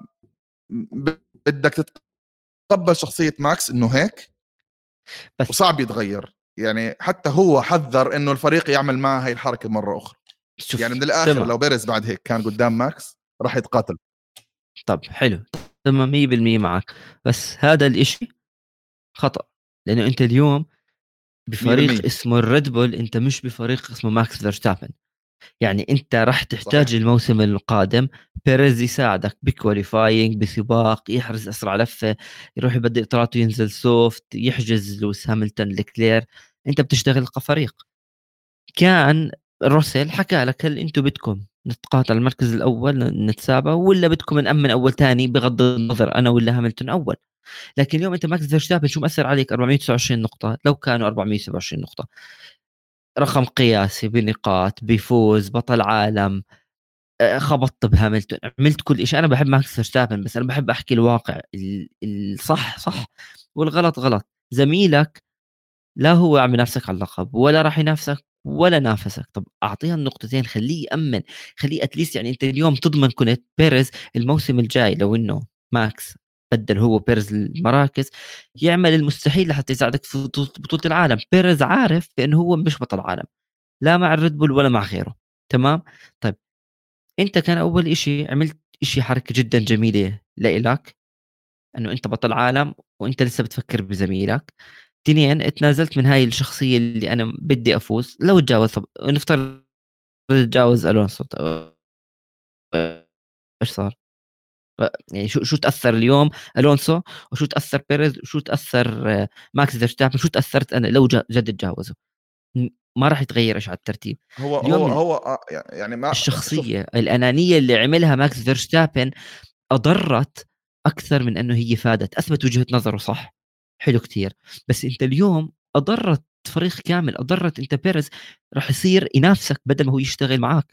بدك تتقبل شخصيه ماكس انه هيك، بس وصعب يتغير. يعني حتى هو حذر انه الفريق يعمل معه هاي الحركه مره اخرى. يعني شوف من الاخر تمام. لو بيريز بعد هيك كان قدام ماكس راح يتقاتل. طب حلو، تمام 100% معك. بس هذا الاشي خطأ، لانه انت اليوم بفريق 100% اسمه الريد بول، انت مش بفريق اسمه ماكس فيرستابن. يعني انت راح تحتاج صحيح. الموسم القادم بيريز يساعدك بكواليفاينج، بسباق، يحرز اسرع لفه، يروح يبدل اطاراته، ينزل سوفت، يحجز لويس هاملتون لكلير. انت بتشتغل كفريق. كان روسيل حكى لك هل انتم بدكم نتقاتل المركز الاول نتسابق، ولا بدكم نأمن اول تاني، بغض النظر انا ولا هاملتون اول. لكن اليوم انت ماكس فيرستابن شو مأثر عليك؟ 429 نقطة، لو كانوا 427 نقطة، رقم قياسي بنقاط، بفوز، بطل عالم، خبطت بهاملتون، عملت كل شيء. انا بحب ماكس فيرستابن، بس انا بحب احكي الواقع، الصح صح والغلط غلط. زميلك لا هو عم ينافسك على اللقب، ولا راح ينافسك، ولا نافسك. طب اعطيها النقطتين، خليه يامن، خليه اتليست. يعني انت اليوم تضمن كنت بيريز الموسم الجاي لو انه ماكس بدل هو بيريز المراكز، يعمل المستحيل لحتى يساعدك في بطولة العالم. بيريز عارف بانه هو مش بطل عالم، لا مع الريد بول ولا مع غيره. تمام. طيب انت كان اول اشي عملت اشي حركة جدا جميلة لإلك، انه انت بطل عالم وانت لسه بتفكر بزميلك. اثنين، تنازلت من هاي الشخصية اللي انا بدي افوز. لو تجاوز، طب نفترض تجاوز الونسو، ايش صار؟ يعني شو تاثر اليوم الونسو، وشو تاثر بيريز، وشو تاثر ماكس فيرستابن، شو تاثرت انا لو جد تجاوزوا؟ ما راح يتغير ايش على الترتيب. هو هو اليوم هو يعني ما شوف. الشخصية الأنانية اللي عملها ماكس فيرستابن أضرت أكثر من أنه هي فادت. أثبت وجهة نظره صح، حلو كتير، بس أنت اليوم أضرت فريق كامل، أضرت. أنت بيرز راح يصير ينافسك بدل ما هو يشتغل معك.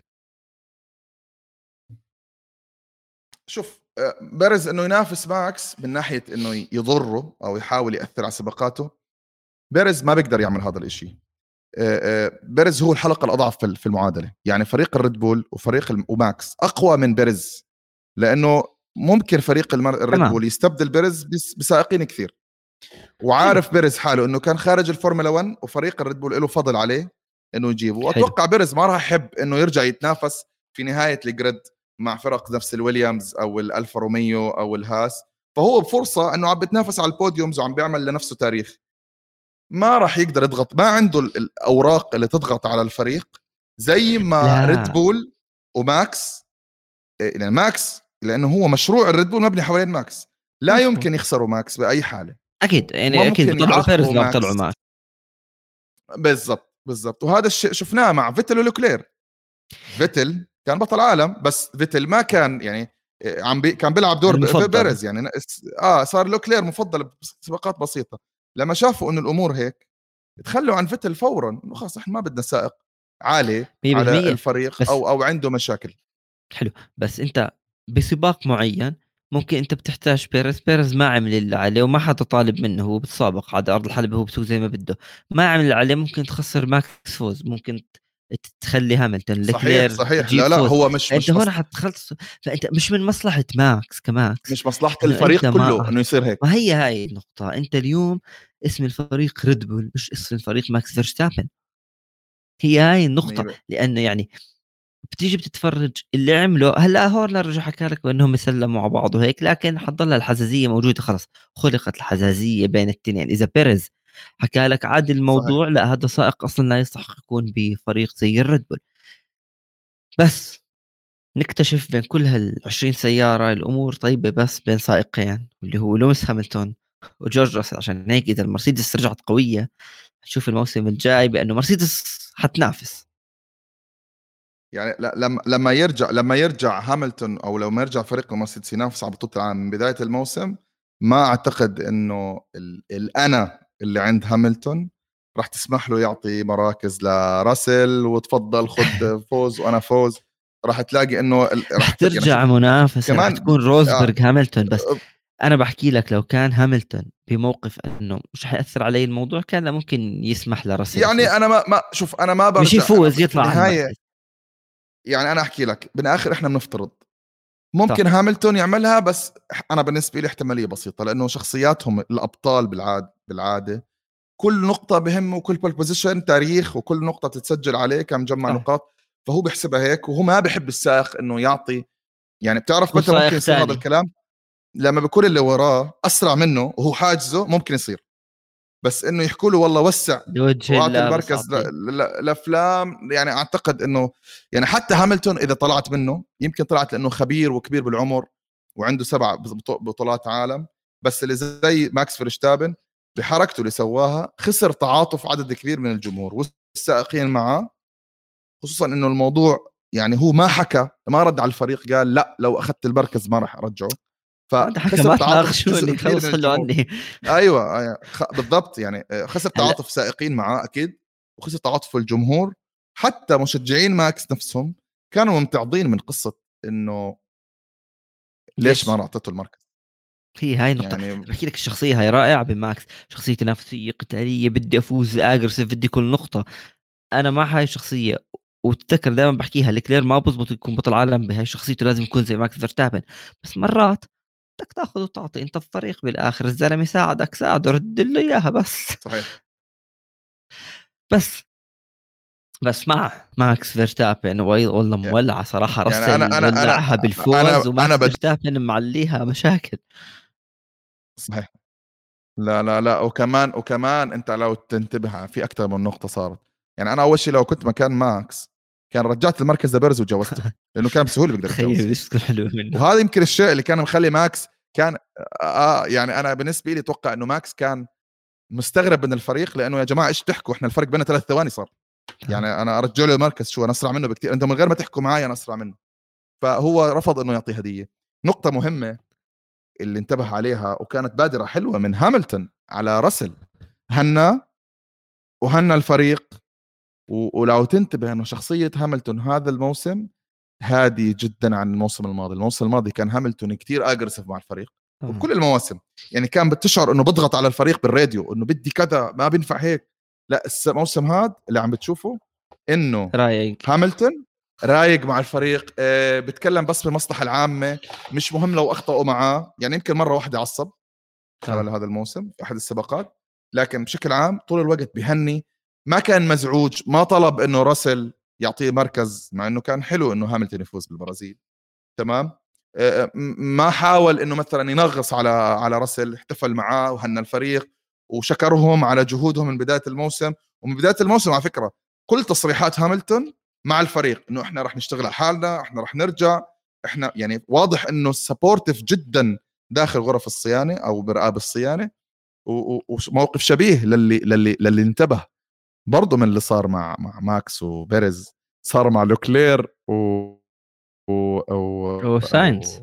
شوف بيريز انه ينافس ماكس من ناحيه انه يضره او يحاول ياثر على سباقاته، بيريز ما بيقدر يعمل هذا الاشي. بيريز هو الحلقه الاضعف في المعادله. يعني فريق الريد بول وفريق وماكس اقوى من بيريز، لانه ممكن فريق الريد تمام. بول يستبدل بيريز بسائقين كثير. حلو. وعارف بيريز حاله انه كان خارج الفورمولا 1، وفريق الريد بول له فضل عليه انه يجيبه. حلو. واتوقع بيريز ما راح يحب انه يرجع يتنافس في نهايه الجريد مع فرق نفس الويليامز او الالفا روميو او الهاس. فهو بفرصه انه عم بتنافس على البوديومز وعم بيعمل لنفسه تاريخ. ما راح يقدر يضغط، ما عنده الاوراق اللي تضغط على الفريق زي ما ريد لا بول وماكس. يعني ماكس لانه هو مشروع الريد بول مبني حوالين ماكس، لا مزبوط. يمكن يخسروا ماكس باي حاله. أكيد، وما يعني أكيد ممكن بيطلعوا بيرز يعاقبوا لو بيطلعوا ماكس. معك. بالضبط. وهذا الشيء شفناه مع فيتل ولوكلير. فيتل كان بطل عالم، بس فيتل ما كان يعني كان بيلعب دور المفضل. بيريز يعني صار لوكلير مفضل بسباقات بسيطة. لما شافوا إنه الأمور هيك تخلوا عن فتل فورا، إنه خلاص إحنا ما بدنا سائق عالي على 100%. الفريق بس أو عنده مشاكل. حلو، بس أنت بسباق معين ممكن أنت بتحتاج بيريز ما عمل اللي عليه وما حدا طالب منه، هو بتسابق على أرض الحلبة، هو بسوق زي ما بده، ما عمل اللي عليه، ممكن تخسر ماكس فوز، ممكن تخلي هاملتون صحيح لكلير صحيح، تجيب لا فوز. هو مش فأنت مش هون حتخلص، فأنت مش من مصلحة ماكس كماكس مش مصلحة إنه أنت الفريق كله ما إنه يصير هيك. ما هي هاي النقطة. أنت اليوم اسم الفريق ريد بول، مش اسم الفريق ماكس فيرستابن. هي هاي النقطة، لأنه يعني بتيجي بتتفرج اللي عمله هلا هورنر رجع حكى لك بانهم يسلموا على بعض وهيك، لكن حتضل الحزازيه موجوده، خلص خلقت الحزازيه بين التنين. اذا بيريز حكى لك عادي صحيح. الموضوع، لا هذا سائق اصلا لا يستحق يكون بفريق زي الريد بول. بس نكتشف بين كل هال20 سياره الامور طيبه بس بين سائقين اللي هو لويس هامilton وجورج راسل. عشان هيك اذا المرسيدس رجعت قويه هتشوف الموسم الجاي بانه مرسيدس حتنافس. يعني لا، لما يرجع هاملتون، او لو ما يرجع فريق المرسيدس ينافس على بطولة العالم من بداية الموسم، ما اعتقد انه الانا اللي عند هاملتون راح تسمح له يعطي مراكز لراسل وتفضل خد فوز وانا فوز. راح تلاقي انه رح يعني شوف ترجع منافسة، رح كمان تكون روزبرغ آه هامilton. بس أنا بحكي لك لو كان هامilton بموقف أنه مش حيأثر عليه الموضوع، كان لا ممكن يسمح لراسل يعني يفوز، انا ما شوف، انا ما مش برجع انا يفوز في يطلع على النهاية. المركز. يعني انا احكي لك بالاخر احنا بنفترض صح ممكن هاملتون يعملها، بس انا بالنسبه لي احتماليه بسيطه، لانه شخصياتهم الابطال بالعاده كل نقطه بهمه، وكل بول بوزيشن تاريخ، وكل نقطه تتسجل عليه كم جمع صح نقاط. فهو بيحسبها هيك، وهو ما بيحب السائق انه يعطي. يعني بتعرف يكون متى ممكن سائق يصير هذا تاني الكلام؟ لما بيكون اللي وراه اسرع منه وهو حاجزه ممكن يصير، بس انه يحكوا له والله وسع لوجه واعطي الله بس المركز أعطي. لافلام. يعني اعتقد انه يعني حتى هاملتون اذا طلعت منه يمكن طلعت لانه خبير وكبير بالعمر وعنده 7 بطولات عالم، بس اللي زي ماكس فيرشتابن بحركته اللي سواها خسر تعاطف عدد كبير من الجمهور والسائقين معه، خصوصا انه الموضوع يعني هو ما حكى، ما رد على الفريق قال لا لو اخذت المركز ما راح ارجعه، هذا حكى فخسر ما تعاطف جزء تناقشوني كبير من خلص خلوا الجمهور. عني. ايوه بالضبط، يعني خسر هلا تعاطف سائقين معاه اكيد، وخسر تعاطف الجمهور. حتى مشجعين ماكس نفسهم كانوا ممتعضين من قصه انه ليش ما ليش؟ اعطته المركز. هي هاي النقطة. يعني بحكي لك الشخصية هاي رائعة بماكس، شخصية تنافسية قتالية، بدي أفوز أجريسيف، بدي كل نقطة. انا مع هاي الشخصيه. وتذكر دائما بحكيها الكلير ما بزبط يكون بطل عالم بهاي شخصيته، لازم يكون زي ماكس فيرستابن. بس مرات بدك تاخذ وتعطي، انت في فريق بالاخر، الزلمه ساعدك ساعده رد له اياها بس. صحيح. بس بس مع ماكس فيرستابن والله مولعه صراحه، يعني رسل ولعها بالفوز انا وماكس فيرستابن معليها مشاكل. صحيح. لا لا لا، وكمان انت لو تنتبه في اكثر من نقطه صارت. يعني انا اول شيء لو كنت مكان ماكس كان رجعت المركز لبيرز وجوزته، لانه كان بسهوله بيقدر تخيل يتجوز. ايش تكون حلوه منه. وهذا يمكن الشيء اللي كان مخلي ماكس كان يعني انا بالنسبه لي اتوقع انه ماكس كان مستغرب من الفريق، لانه يا جماعه ايش تحكوا، احنا الفرق بيننا 3 ثواني صار. يعني انا ارجع له المركز، شو انا اسرع منه بكثير، انتم من غير ما تحكوا معي انا اسرع منه. فهو رفض انه يعطي هديه. نقطه مهمه اللي انتبه عليها وكانت بادره حلوه من هاملتون على راسل، هنا وهنا الفريق. ولو تنتبه انه شخصيه هاملتون هذا الموسم هادي جدا عن الموسم الماضي. الموسم الماضي كان هاملتون كتير اجريسيف مع الفريق وبكل المواسم. يعني كان بتشعر انه بضغط على الفريق بالراديو انه بدي كذا ما بينفع هيك. لا الموسم هذا اللي عم بتشوفه انه رايق. هاملتون رايق مع الفريق، بتكلم بس بالمصلحه العامه، مش مهم لو اخطاوا معاه. يعني يمكن مره واحده عصب خلال هذا الموسم في احد السباقات، لكن بشكل عام طول الوقت بيهني، ما كان مزعوج، ما طلب انه راسل يعطيه مركز مع انه كان حلو انه هاملتون يفوز بالبرازيل. تمام. ما حاول انه مثلا ينغص على راسل، احتفل معاه وهنا الفريق وشكرهم على جهودهم من بدايه الموسم. ومن بدايه الموسم على فكره كل تصريحات هاملتون مع الفريق انه احنا راح نشتغل على حالنا، احنا راح نرجع، احنا يعني واضح انه سبورتيف جدا داخل غرف الصيانه او برقاب الصيانه. وموقف شبيه للي انتبه برضه من اللي صار مع ماكس وبيريز، صار مع لوكلير و وساينز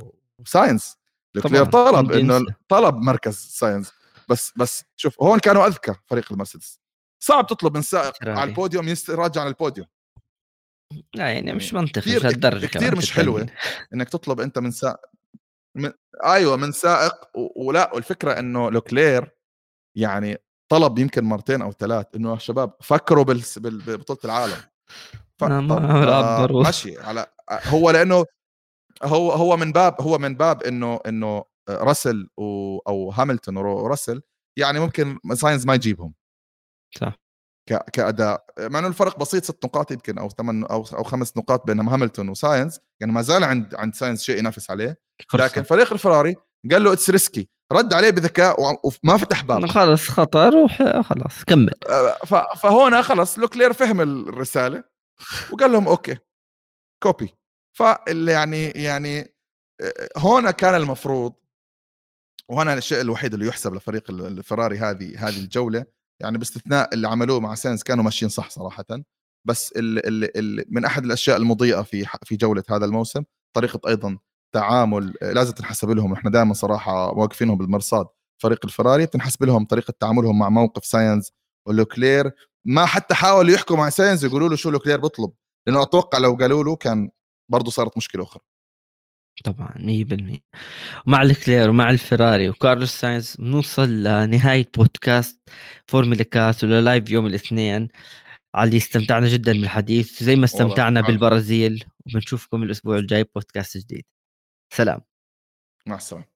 ساينس. لوكلير طبعا طلب انه ينسى. طلب مركز ساينس، بس شوف هون كانوا اذكى فريق المرسيدس. صعب تطلب من سائق على فيراري. البوديوم يراجع عن البوديوم. لا يعني مش يعني منطقي، مش كثير هالدرجة كمان كثير في مش التأمين. حلوه انك تطلب انت من سائق من ايوه من سائق ولا. والفكره انه لوكلير يعني طلب يمكن مرتين او ثلاث انه يا شباب فكروا ببطوله العالم. طب ما عبروا. ماشي على هو لانه هو من باب انه راسل او هاملتون وراسل يعني ممكن ساينز ما يجيبهم صح. كاداء، مع انه الفرق بسيط 6 نقاط يمكن او 8 او 5 نقاط بين هاملتون وساينز، يعني ما زال عند ساينز شيء ينافس عليه. لكن فرصة. فريق الفراري قال له اتس ريسكي، رد عليه بذكاء وما فتح باب. خلص خطر وخلاص كمل. فهون خلص لوكلير فهم الرساله وقال لهم اوكي كوبي. فاللي يعني هون كان المفروض، وهنا الشيء الوحيد اللي يحسب لفريق الفراري هذه الجوله، يعني باستثناء اللي عملوه مع ساينز كانوا ماشيين صح صراحه. بس اللي من احد الاشياء المضيئه في جوله هذا الموسم طريقه ايضا تعامل لازم تنحسب لهم. احنا دائما صراحه واقفينهم بالمرصاد فريق الفراري، بتنحسب لهم طريقه تعاملهم مع موقف ساينز ولوكلير. ما حتى حاولوا يحكوا مع ساينز يقولوا له شو لوكلير بيطلب، لانه اتوقع لو قالوا له كان برضه صارت مشكله اخرى. طبعا 100%. مع الكلير ومع الفراري وكارلوس ساينز بنوصل لنهاية بودكاست فورمولا كاست ولا لايف يوم الاثنين. علي استمتعنا جدا بالحديث زي ما والله استمتعنا بالبرازيل، وبنشوفكم الأسبوع الجاي بودكاست جديد. سلام. مع السلامه.